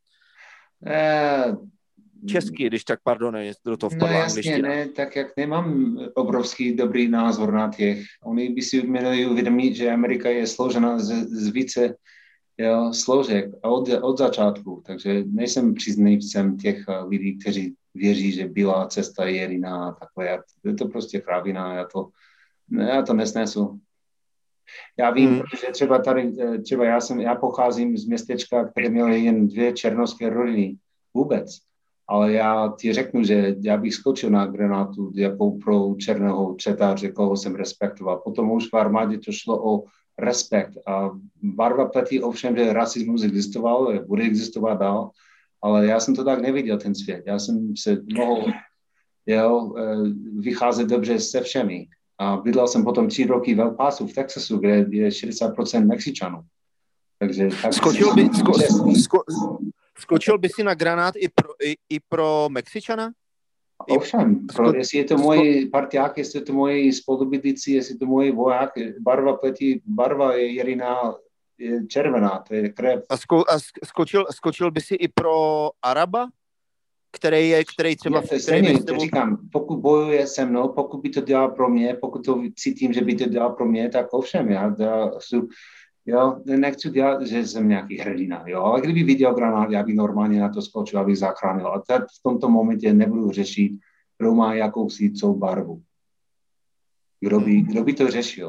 Uh, Česky, když tak, pardon, do toho vpadla no, jasně, ne, tak jak nemám obrovský dobrý názor na těch. Oni by si měli uvědomit, že Amerika je složena z, z více jo, složek od, od začátku, takže nejsem příznivcem těch lidí, kteří věří, že bílá cesta je jediná a takhle. Je to prostě krávina, já to, já to nesnesu. Já vím, hmm. protože třeba tady, třeba já jsem, já pocházím z městečka, které mělo jen dvě černovské rodiny. Vůbec. Ale já ti řeknu, že já bych skočil na granátu jako pro černého četáře, koho jsem respektoval. Potom už v armádě to šlo o respekt. A barva platí ovšem, že rasismus existoval, bude existovat dál, ale já jsem to tak neviděl, ten svět. Já jsem se mohl jo, vycházet dobře se všemi. A bydlel jsem potom tři roky v El Pasu, v Texasu, kde je šedesát procent Mexičanů. Takže tak skočil, by, sko, sko, skočil by si na granát i pro, i, i pro Mexičana? Ovšem, pro, jestli je to můj partiák, jestli je to můj spolubydlící, jestli je to můj voják, barva pletí, barva je jediná, je červená, to je krev. A, sko, a skočil, skočil by si i pro Araba? Který je, který třeba... Je to stejně, to říkám, pokud bojuje se mnou, pokud by to dělal pro mě, pokud to cítím, že by to dělal pro mě, tak ovšem, já, já, já nechci dělat, že jsem nějaký hrdina, jo, ale kdyby viděl granát, já bych normálně na to skočil, abych zachránil. A teď v tomto momentě nebudu řešit, kdo má jakousi co barvu. Kdo by, kdo by to řešil?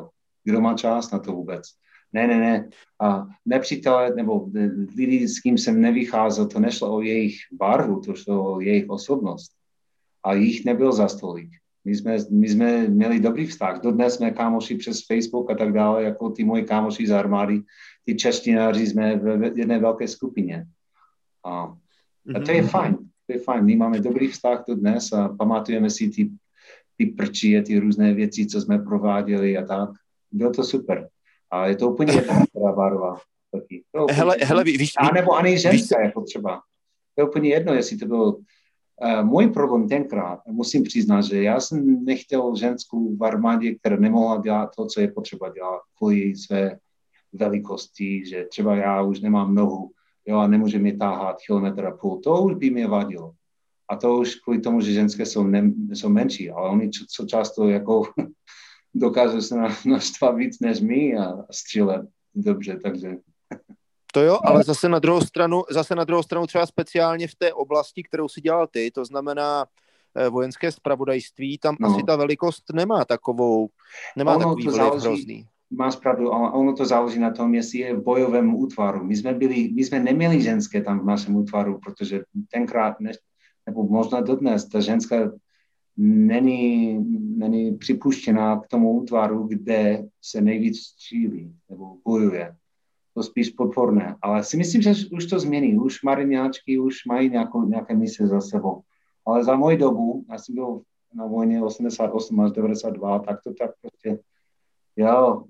Kdo má čas na to vůbec? Ne, ne, ne. A nepřítele, nebo lidi, s kým jsem nevycházel, to nešlo o jejich barvu, to šlo o jejich osobnost. A jich nebyl za stolik. My jsme, my jsme měli dobrý vztah. Dodnes jsme kámoši přes Facebook a tak dále, jako ty moji kámoši z armády, ty češtináři jsme v jedné velké skupině. A, a to je fajn. To je fajn. My máme dobrý vztah dodnes a pamatujeme si ty, ty prčie, ty různé věci, co jsme prováděli a tak. Bylo to super. A je to úplně jedna barva. Taky. Hele, hele, víš, a nebo ani ženská, jako třeba. To je úplně jedno, jestli to bylo. Uh, můj problém tenkrát, musím přiznat, že já jsem nechtěl ženskou v armádě, která nemohla dělat to, co je potřeba dělat kvůli své velikosti, že třeba já už nemám nohu, jo, a nemůžu mi táhat kilometr a půl. To už by mě vadilo. A to už kvůli tomu, že ženské jsou, ne, jsou menší, ale oni co často jako dokážou se naštvat víc než my a střílet dobře, takže... To jo, ale zase na druhou stranu, zase na druhou stranu třeba speciálně v té oblasti, kterou si dělal ty, to znamená eh, vojenské zpravodajství, tam no. asi ta velikost nemá takovou, nemá ono takový vliv hrozný. Máš pravdu, ale ono to záleží na tom, jestli je v bojovém útvaru. My jsme, byli, my jsme neměli ženské tam v našem útvaru, protože tenkrát, ne, nebo možná dodnes, ta ženská není, není připuštěná k tomu útvaru, kde se nejvíc střílí nebo bojuje. To spíš podporné, ale si myslím, že už to změní, už mariňáčky už mají nějakou, nějaké mise za sebou. Ale za moji dobu, já jsem byl na vojně osmdesát osm až devadesát dva, tak to tak prostě, jo,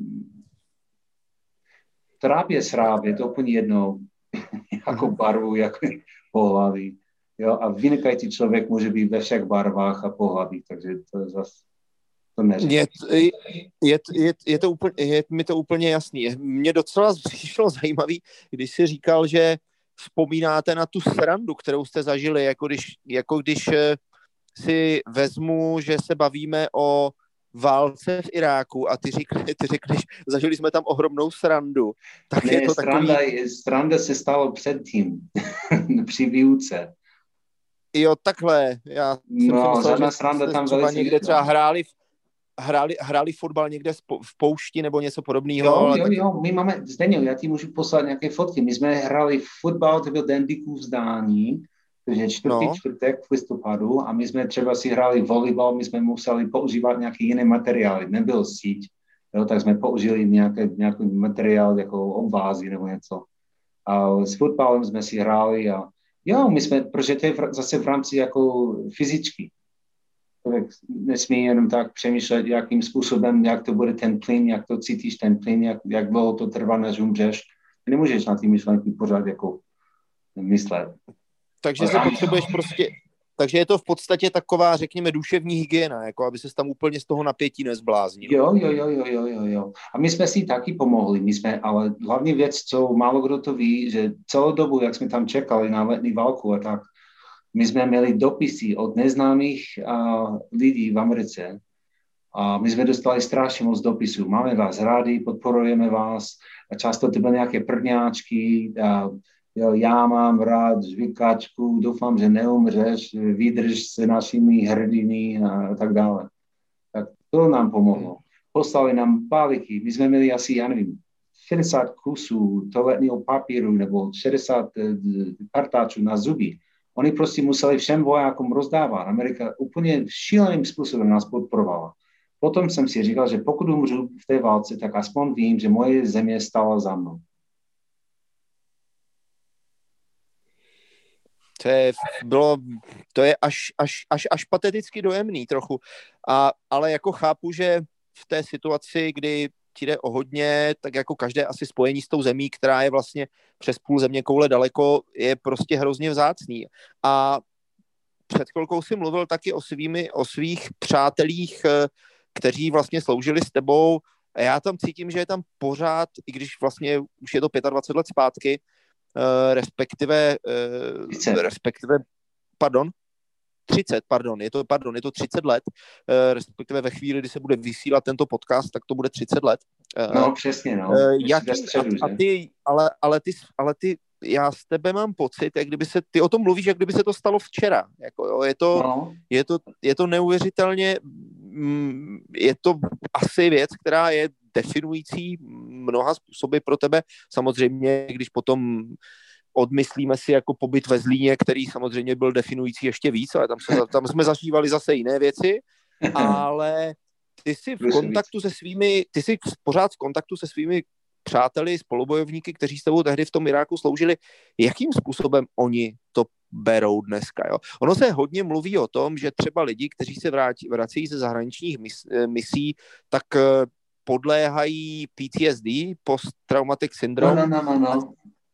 tráp je sráb, je to úplně jedno, jako barvu, jako pohlaví. Jo, a vynikající člověk může být ve všech barvách a pohlaví, takže to je zase Je, je, je, je, to úplně, je mi to úplně jasný. Mně docela přišlo zajímavý, když jsi říkal, že vzpomínáte na tu srandu, kterou jste zažili, jako když, jako když si vezmu, že se bavíme o válce v Iráku a ty, říkne, ty řekneš, zažili jsme tam ohromnou srandu. Tak ne, je to sranda, takový... sranda se stalo předtím, při výuce. Jo, takhle. Já jsem no, si myslel, že sranda tam třeba velice někde třeba hráli v Hráli, hráli fotbal někde v poušti nebo něco podobného. Jo, ale jo, tak... jo, my máme, Zdeněk, já ti můžu poslat nějaké fotky. My jsme hráli fotbal, to byl den Dyků vzdání, takže čtvrtý no. čtvrtek v listopadu a my jsme třeba si hráli volejbal, my jsme museli používat nějaké jiné materiály, nebyl síť, jo, tak jsme použili nějaké, nějaký materiál jako obvázy nebo něco. A s fotbalem jsme si hráli a jo, my jsme, protože to je zase v rámci jako fyzičky. Člověk nesmí jenom tak přemýšlet, jakým způsobem, jak to bude ten plyn, jak to cítíš ten plyn, jak, jak dlouho to trvá, než umřeš. Nemůžeš na ty myšlenky pořád jako myslet. Takže se potřebuješ prostě, takže je to v podstatě taková, řekněme, duševní hygiena, jako aby ses tam úplně z toho napětí nezbláznil. Jo, jo, jo, jo, jo, jo, jo. A my jsme si taky pomohli, my jsme, ale hlavní věc, co málo kdo to ví, že celou dobu, jak jsme tam čekali na letní válku a tak, my jsme měli dopisy od neznámých uh, lidí v Americe a my jsme dostali strašně moc dopisů. Máme vás rádi, podporujeme vás a často to byly nějaké prvňáčky. A, jo, já mám rád žvikačku, doufám, že neumřeš, vydrž se našimi hrdiny a tak dále. Tak to nám pomohlo. Poslali nám páliky. My jsme měli asi, já nevím, šedesát kusů toaletního papíru nebo šedesát kartáčů na zuby. Oni prostě museli všem vojákům rozdávat. Amerika úplně šíleným způsobem nás podporovala. Potom jsem si říkal, že pokud umřu v té válce, tak aspoň vím, že moje země stála za mnou. To je, bylo, to je až, až, až, až pateticky dojemný trochu. A, ale jako chápu, že v té situaci, kdy ti jde o hodně, tak jako každé asi spojení s tou zemí, která je vlastně přes půl země koule daleko, je prostě hrozně vzácný. A před chvilkou si mluvil taky o, svými, o svých přátelích, kteří vlastně sloužili s tebou. A já tam cítím, že je tam pořád, i když vlastně už je to dvacet pět let zpátky, respektive, respektive, pardon, třicet, pardon, je to, pardon, je to třicet let, respektive ve chvíli, kdy se bude vysílat tento podcast, tak to bude třicet let. No, přesně, no. Jak, středu, a, a ty, ale, ale, ty, ale ty, já z tebe mám pocit, jak kdyby se, ty o tom mluvíš, jak kdyby se to stalo včera. Jako, jo, je, to, no. je, to, je to neuvěřitelně, je to asi věc, která je definující mnoha způsoby pro tebe. Samozřejmě, když potom odmyslíme si jako pobyt ve Zlíně, který samozřejmě byl definující ještě víc, ale tam, se, tam jsme zažívali zase jiné věci, ale ty jsi v kontaktu se svými, ty jsi pořád v kontaktu se svými přáteli, spolubojovníky, kteří s tebou tehdy v tom Iráku sloužili. Jakým způsobem oni to berou dneska? Jo? Ono se hodně mluví o tom, že třeba lidi, kteří se vrátí, vrací ze zahraničních mis, misí, tak podléhají P T S D, post-traumatic syndrome. No, no, no, no.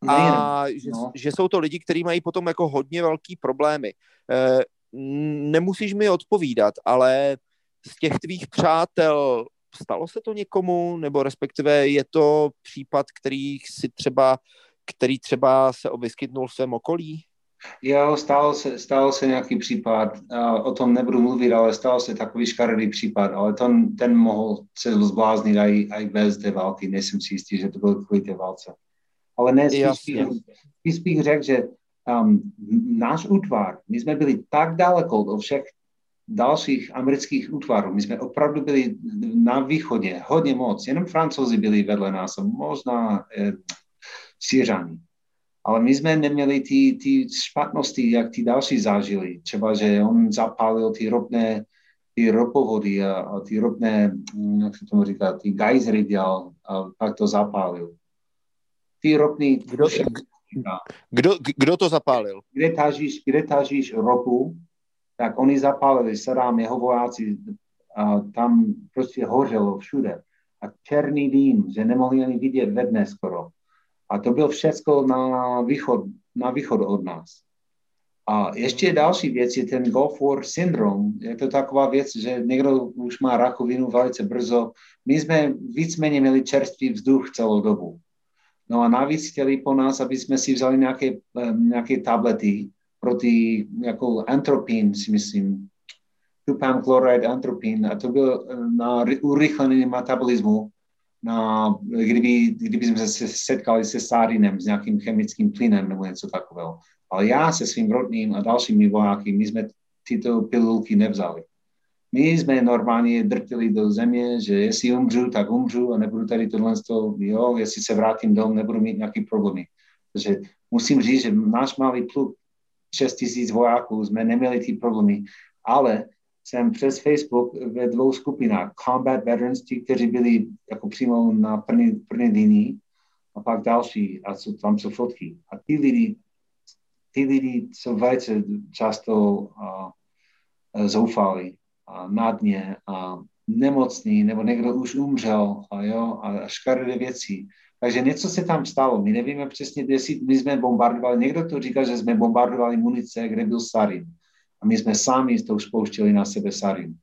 A že, no. že jsou to lidi, kteří mají potom jako hodně velký problémy. E, nemusíš mi odpovídat, ale z těch tvých přátel stalo se to někomu, nebo respektive je to případ, který si třeba, který třeba se vyskytnul v svém okolí? Jo, stalo se, stalo se nějaký případ, uh, o tom nebudu mluvit, ale stalo se takový škaredý případ, ale ten, ten mohl se zbláznit aj, aj bez té války, nejsem si jistý, že to byl kvůli té válce. Ale ne, spíš, spíš bych řekl, že um, náš útvar, my jsme byli tak daleko od všech dalších amerických útvarů. My jsme opravdu byli na východě hodně moc. Jenom Francouzi byli vedle nás a možná eh, Syřani. Ale my jsme neměli ty, ty špatnosti, jak ty další zažili. Třeba, že on zapálil ty ropné ty ropovody a, a ty ropné, jak se tomu říká, ty gejzery dělal a pak to zapálil. Ty ropný... Kdo, kdo, kdo to zapálil? Kde tažíš, kde tažíš ropu, tak oni zapálili Saddam, jeho vojáci, a tam prostě hořelo všude. A černý dým, že nemohli ani vidět ve dne skoro. A to byl všecko na východ, na východ od nás. A ještě další věc je ten Gulf War syndrom. Je to taková věc, že někdo už má rakovinu velice brzo. My jsme víceméně měli čerstvý vzduch celou dobu. No a navíc chtěli po nás, aby jsme si vzali nějaké, nějaké tablety proti jako antropin, si myslím, tupam chloride antropin, a to byl na urychlený metabolismu, na, kdyby, kdyby jsme se setkali se sárinem, s nějakým chemickým plynem nebo něco takového. Ale já se svým rodným a dalšími vojáky, my jsme tyto pilulky nevzali. My jsme normálně drtili do země, že jestli umřu, tak umřu a nebudu tady tohle z toho, jo, jestli se vrátím domů, nebudu mít nějaký problémy. Takže musím říct, že náš malý pluk, šest tisíc vojáků, jsme neměli ty problémy, ale jsem přes Facebook ve dvou skupinách. Combat Veterans, ti, kteří byli jako přímo na první, první linii, a pak další, a jsou, tam jsou fotky. A ty lidi, ty lidi jsou velice často uh, zoufali, a na dně, a nemocní, nebo někdo už umřel, a, jo, a škaredé věci. Takže něco se tam stalo. My nevíme přesně, jestli my jsme bombardovali. Někdo to říká, že jsme bombardovali munice, kde byl sarin. A my jsme sami to spouštili na sebe sarin.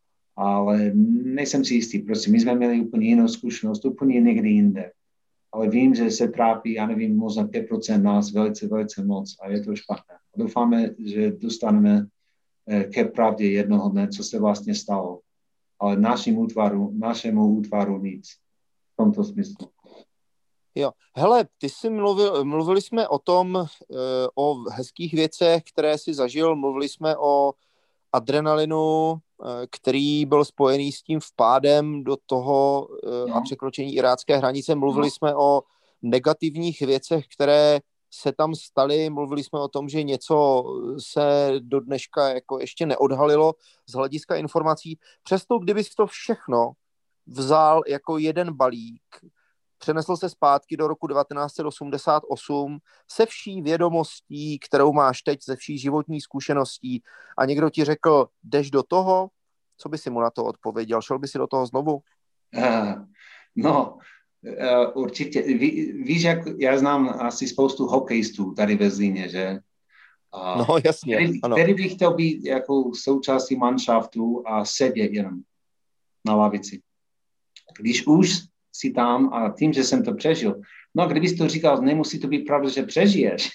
Ale nejsem si jistý. Prostě my jsme měli úplně jinou zkušenost, úplně někdy jinde. Ale vím, že se trápí, já nevím, možná pět procent nás velice, velice moc. A je to špatné. A doufáme, že dostaneme ke pravdě jednoho dne, co se vlastně stalo. Ale našim útvaru, našemu útvaru nic. V tomto smyslu. Jo, hele, ty jsi mluvil, mluvili jsme o tom, o hezkých věcech, které jsi zažil, mluvili jsme o adrenalinu, který byl spojený s tím vpádem do toho no. a překročení irácké hranice, mluvili no. jsme o negativních věcech, které se tam staly, mluvili jsme o tom, že něco se do dneška jako ještě neodhalilo z hlediska informací. Přesto, kdybys to všechno vzal jako jeden balík, přenesl se zpátky do roku devatenáct set osmdesát osm se vší vědomostí, kterou máš teď, ze vší životní zkušeností a někdo ti řekl, jdeš do toho, co by si mu na to odpověděl? Šel by si do toho znovu? Uh, no, uh, určitě. Ví, víš, jak já znám asi spoustu hokejistů tady ve Zlíně, že? Uh, no, jasně. Který, ano. který bych chtěl být jako součástí manšaftu a sedět jenom na lavici. Když už si tam a tím, že jsem to přežil. No, kdybys to říkal, nemusí to být pravda, že přežiješ.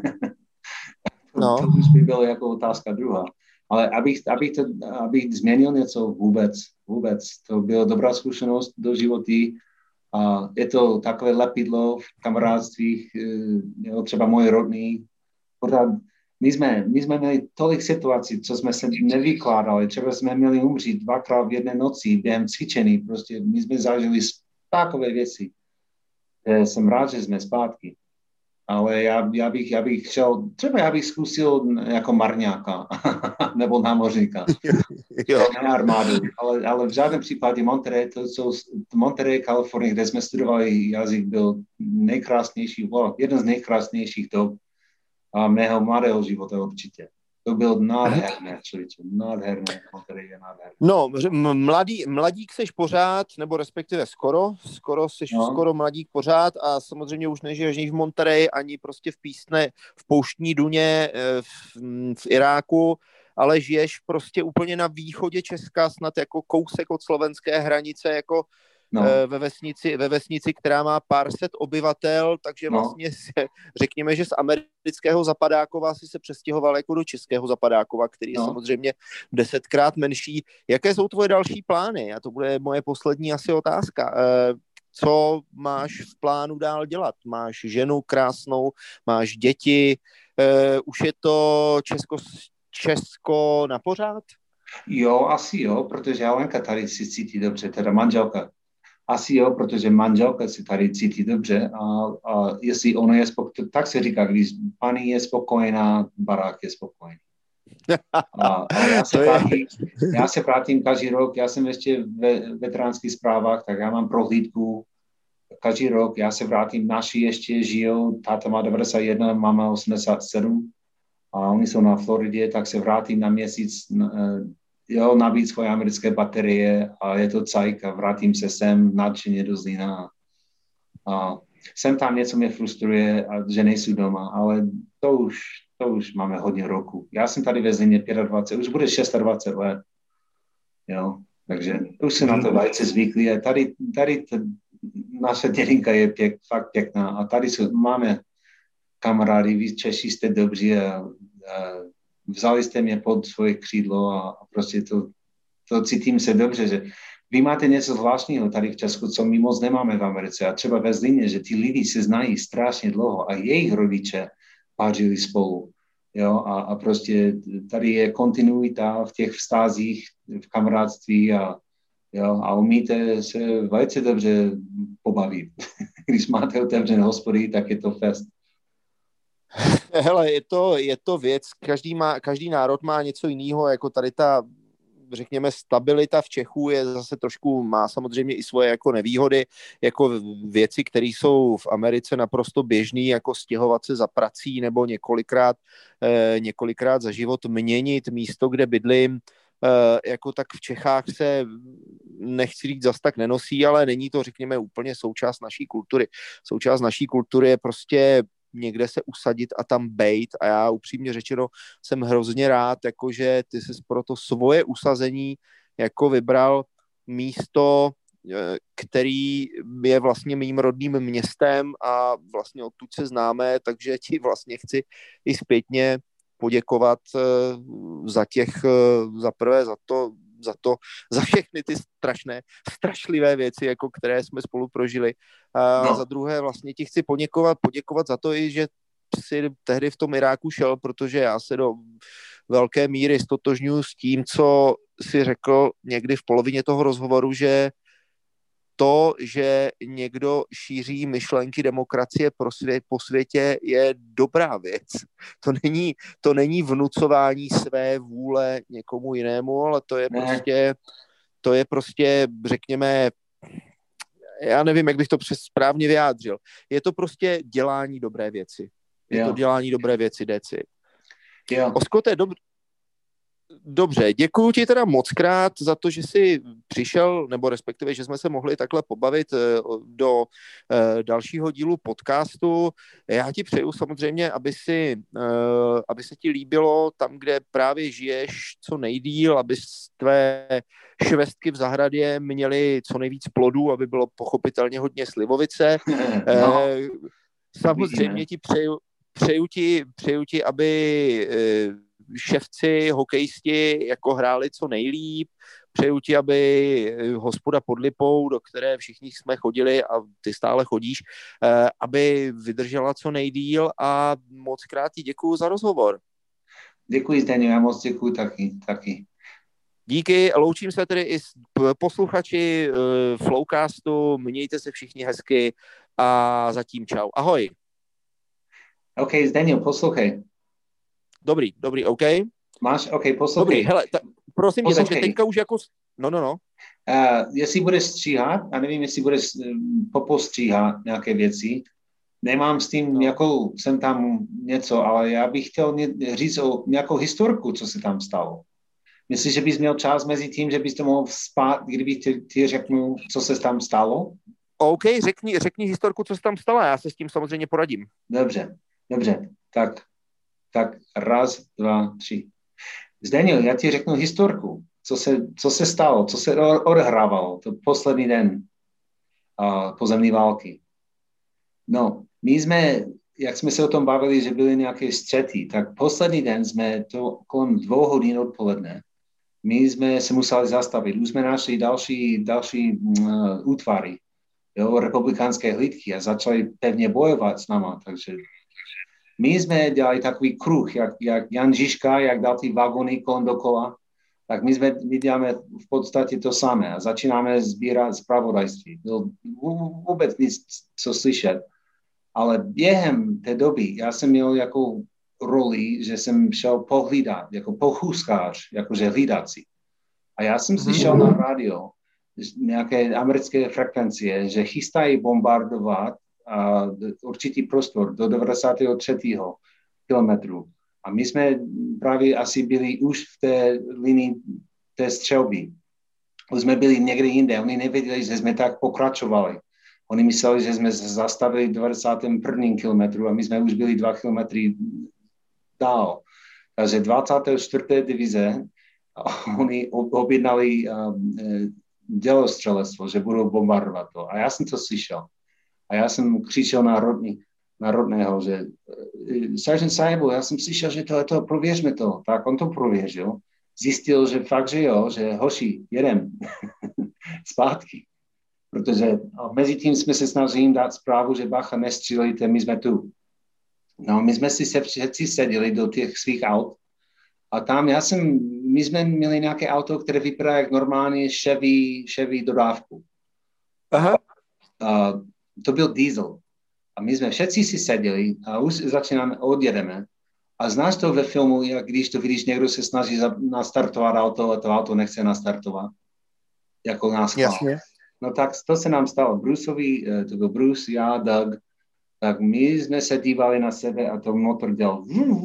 no. To už by byla jako otázka druhá. Ale abych, abych, to, abych změnil něco vůbec, vůbec. To byla dobrá zkušenost do životy. A je to takové lepidlo v kamarádstvích, jo, třeba moje rodný. My jsme, my jsme měli tolik situací, co jsme se nevykládali. Třeba jsme měli umřít dvakrát v jedné noci během cvičení. Prostě my jsme zažili takové věci. E, jsem rád, že jsme zpátky. Ale já, já, bych, já bych šel, třeba já bych zkusil jako marňáka nebo námořníka, ne armádu, ale, ale v žádném případě Monterey, to jsou Monterey, Kalifornie, kde jsme studovali jazyk, byl nejkrásnější, well, jeden z nejkrásnějších dob a mého mladého života určitě. To byl nádherné, člověče, nádherné, Monterey je nádherné. No, mladý, mladík seš pořád, nebo respektive skoro, skoro seš no. skoro mladík pořád a samozřejmě už nežiješ ani v Monterey, ani prostě v Písne, v Pouštní Duně, v, v Iráku, ale žiješ prostě úplně na východě Česka, snad jako kousek od slovenské hranice, jako no. ve, vesnici, ve vesnici, která má pár set obyvatel, takže no. vlastně se, řekněme, že z amerického Zapadákova si se přestěhoval jako do českého Zapadákova, který je no. samozřejmě desetkrát menší. Jaké jsou tvoje další plány? A to bude moje poslední asi otázka. Co máš v plánu dál dělat? Máš ženu krásnou, máš děti, už je to Česko, Česko na pořád? Jo, asi jo, protože Alenka tady si cítí dobře, teda manželka. Asi jo, protože manželka si tady cítí dobře a, a jestli ona je spokojená, tak se říká, když paní je spokojená, barák je spokojený. A, a já, se vrátím, já se vrátím každý rok, já jsem ještě ve veteránských zprávách, tak já mám prohlídku každý rok, já se vrátím, naši ještě žijou, táta má devadesát jedna, máma osmdesát sedm a oni jsou na Floridě, tak se vrátím na měsíc, jo, nabít svoje americké baterie a je to cajk a vrátím se sem nadšeně do Zlína. A sem tam něco mě frustruje, a že nejsou doma, ale to už, to už máme hodně roku. Já jsem tady ve Zlíně dvacet pět, už bude dvacet šest let. Jo, takže už se na to velice zvyklí. A tady, tady t, naše dědinka je pěk, fakt pěkná a tady jsou, máme kamarády, vy Češi jste dobří a, a vzali jste mě pod svoje křídlo a, a prostě to, to cítím se dobře, že vy máte něco zvláštního tady v Česku, co my moc nemáme v Americe a třeba ve Zlíně, že ty lidi se znají strašně dlouho a jejich rodiče pářili spolu, jo, a, a prostě tady je kontinuita v těch vztazích, v kamarádství a, jo, a umíte se velice dobře pobavit. Když máte otevřené hospody, tak je to fest. Hele, je to, je to věc, každý, má, každý národ má něco jiného, jako tady ta, řekněme, stabilita v Čechu je zase trošku, má samozřejmě i svoje jako nevýhody, jako věci, které jsou v Americe naprosto běžný, jako stěhovat se za prací nebo několikrát, eh, několikrát za život měnit místo, kde bydlím, eh, jako tak v Čechách se, nechci říct, zas tak nenosí, ale není to, řekněme, úplně součást naší kultury. Součást naší kultury je prostě někde se usadit a tam bejt a já upřímně řečeno jsem hrozně rád, jakože ty jsi pro to svoje usazení jako vybral místo, který je vlastně mým rodným městem a vlastně odtud se známe, takže ti vlastně chci i zpětně poděkovat za těch, za prvé za to, za to, za všechny ty strašné, strašlivé věci, jako které jsme spolu prožili. A no. Za druhé vlastně ti chci poděkovat, poděkovat za to i, že si tehdy v tom Iráku šel, protože já se do velké míry stotožňuji s tím, co si řekl někdy v polovině toho rozhovoru, že to, že někdo šíří myšlenky demokracie pro svět, po světě, je dobrá věc. To není, to není vnucování své vůle někomu jinému, ale to je ne. prostě, to je prostě, řekněme, já nevím, jak bych to přes správně vyjádřil. Je to prostě dělání dobré věci. Je jo. to dělání dobré věci, deci. Jo. Osko, to je dobré. Dobře, děkuji ti teda mockrát za to, že jsi přišel, nebo respektive, že jsme se mohli takhle pobavit do dalšího dílu podcastu. Já ti přeju samozřejmě, aby, si, aby se ti líbilo tam, kde právě žiješ co nejdýl, aby tvé švestky v zahradě měly co nejvíc plodů, aby bylo pochopitelně hodně slivovice. No. Samozřejmě ti přeju, přeju ti, přeju ti, aby ševci, hokejisti jako hráli co nejlíp. Přeju ti, aby hospoda pod Lipou, do které všichni jsme chodili a ty stále chodíš, aby vydržela co nejdýl a moc krát ti děkuju za rozhovor. Děkuji, Zdeňo, já moc děkuji taky. taky. Díky, loučím se tedy i s posluchači uh, Flowcastu, mějte se všichni hezky a zatím čau. Ahoj. OK, Zdeněl, poslouchej. Dobrý, dobrý, OK. Máš, OK, poslouchej. Dobrý, hele, ta, prosím tě, takže Poslouchej. teďka už jako, no, no, no. Uh, jestli budeš stříhat, a nevím, jestli budeš um, popostříhat nějaké věci, nemám s tím nějakou, jsem tam něco, ale já bych chtěl ně, říct o nějakou historku, co se tam stalo. Myslíš, že bys měl čas mezi tím, že bys to mohl spát, kdybych ti, ti řeknu, co se tam stalo? OK, řekni, řekni historku, co se tam stalo, já se s tím samozřejmě poradím. Dobře, dobře, tak, tak raz, dva, tři. Zdeněl, já ti řeknu historku, co se, co se stalo, co se odehrávalo, to poslední den uh, pozemní války. No, my jsme, jak jsme se o tom bavili, že byly nějaké střety, tak poslední den jsme to kolem dvou hodin odpoledne, my jsme se museli zastavit. Už jsme našli další, další uh, útvary, jo, republikánské hlídky a začali pevně bojovat s náma. Takže my jsme dělali takový kruh, jak, jak Jan Žižka, jak dal ty vagony kolem dokola, tak my, jsme, my děláme v podstatě to samé a začínáme sbírat zpravodajství. Byl vůbec nic, co slyšet. Ale během té doby já jsem měl jako roli, že jsem šel pohlídat, jako pochůzkář, jakože hlídací. A já jsem slyšel na rádio nějaké americké frekvencie, že chystají bombardovat a, určitý prostor do devadesátého třetího kilometru. A my jsme právě asi byli už v té linii té střelby. Už jsme byli někde jinde. Oni nevěděli, že jsme tak pokračovali. Oni mysleli, že jsme se zastavili v devadesátém prvním kilometru a my jsme už byli dva kilometry dál. Takže dvacáté čtvrté divize oni objednali um, dělostřelectvo, že budou bombardovat to. A já jsem to slyšel. A já jsem křičel na, rodný, na rodného, že Sergeant Saibu, já jsem slyšel, že to je to, prověřme to. Tak on to prověřil. Zjistil, že fakt, že jo, že hoši, jedem zpátky. Protože mezi tím jsme se snažili dát zprávu, že bacha, nestřílejte, my jsme tu. No, my jsme si se všetci seděli do těch svých aut a tam já jsem, my jsme měli nějaké auto, které vypadá jak normálně Chevy, Chevy dodávku. Aha. A to byl diesel. A my jsme všetci si seděli a už začínáme, odjedeme. A znáš to ve filmu, jak když to vidíš, někdo se snaží nastartovat auto a to auto nechce nastartovat. Jako nás chvál. Jasně. No tak to se nám stalo. Bruceovi, to byl Bruce, já, Doug, tak my jsme se dívali na sebe a to motor dělal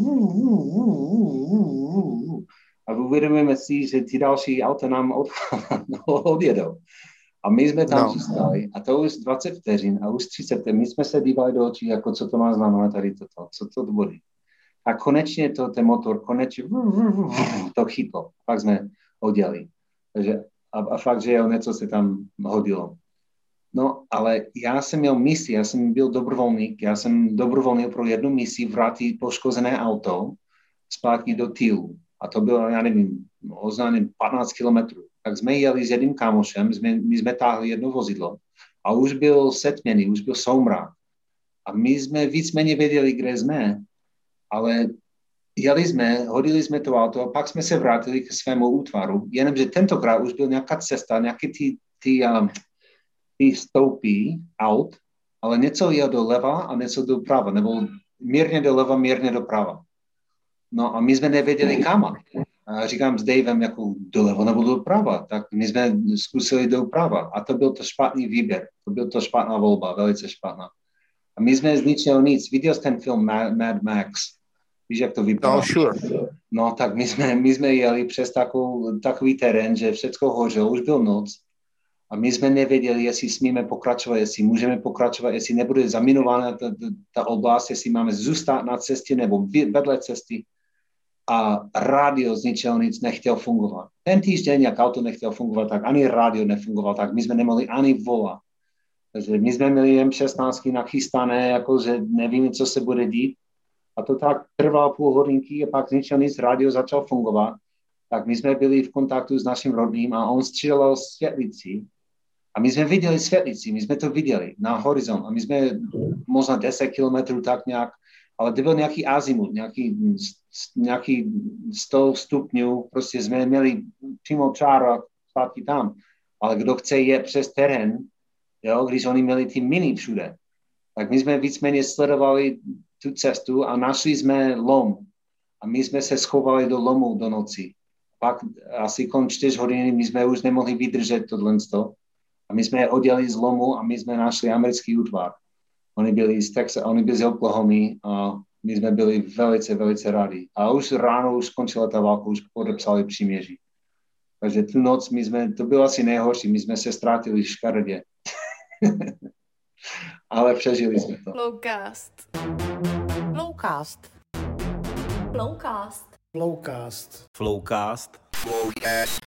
a uvědomujeme si, že ty další auta nám od, odjedou. A my jsme tam zůstali a to už dvacet vteřin a už třicet, my jsme se dívali do očí, jako co to má znamenat tady toto, co to bude. A konečně to, ten motor, konečně to chytlo. Pak jsme odjeli. Takže A, a fakt, že jo, něco se tam hodilo. No, ale já jsem měl misi, já jsem byl dobrovolník, já jsem dobrovolnil pro jednu misi vrátit poškozené auto zpátky do týlu. A to bylo, já nevím, oznámím patnáct kilometrů. Tak jsme jeli s jedným kámošem, jsme, my jsme táhli jedno vozidlo a už byl setměný, už byl soumrak. A my jsme víceméně věděli, kde jsme, ale jeli jsme, hodili jsme to auto a pak jsme se vrátili k svému útvaru, jenomže tentokrát už byl nějaká cesta, nějaké ty, ty, um, ty stoupy aut, ale něco jel doleva a něco doprava, nebo mírně doleva, mírně doprava. No a my jsme nevěděli kam. A říkám s Davem jako doleva nebo doprava, tak my jsme zkusili doprava a to byl to špatný výběr, to byl to špatná volba, velice špatná. A my jsme z ničeho nic, viděl jsi ten film Mad, Mad Max, víš, jak to vypadá? No, sure. No, tak my jsme, my jsme jeli přes takovou, takový terén, že všechno hořelo, už byl noc a my jsme nevěděli, jestli smíme pokračovat, jestli můžeme pokračovat, jestli nebude zaminována ta, ta, ta oblast, jestli máme zůstat na cestě nebo vedle cesty. A rádio z ničeho nic nechtěl fungovat. Ten týždeň, jak auto nechtěl fungovat, tak ani rádio nefungoval, tak my jsme nemohli ani volat. Takže my jsme měli em šestnáct nachystané, jakože nevíme, co se bude dít. A to tak trvalo půl hodinky a pak z ničeho nic rádio začal fungovat. Tak my jsme byli v kontaktu s naším rodným a on střílel světlici. A my jsme viděli světlici, my jsme to viděli na horizont. A my jsme možná deset kilometrů tak nějak ale to byl nějaký azimut, nějaký, nějaký sto stupňů, prostě jsme měli přímo čáru a zpátky tam. Ale kdo chce jet přes terén, jo, když oni měli ty miny všude, tak my jsme víceméně sledovali tu cestu a našli jsme lom. A my jsme se schovali do lomu do noci. Pak asi kolem čtyři hodiny my jsme už nemohli vydržet tohle. A my jsme je oddělili z lomu a my jsme našli americký útvar. Oni byli z Texas, oni byli z Oklahomy a my jsme byli velice, velice rádi. A už ráno už skončila ta válka, už podepsali příměří. Takže tu noc my jsme, to bylo asi nejhorší, my jsme se ztratili škaredě. Ale přežili jsme to. Flowcast. Flowcast. Flowcast. Flowcast. Flowcast. Flowcast.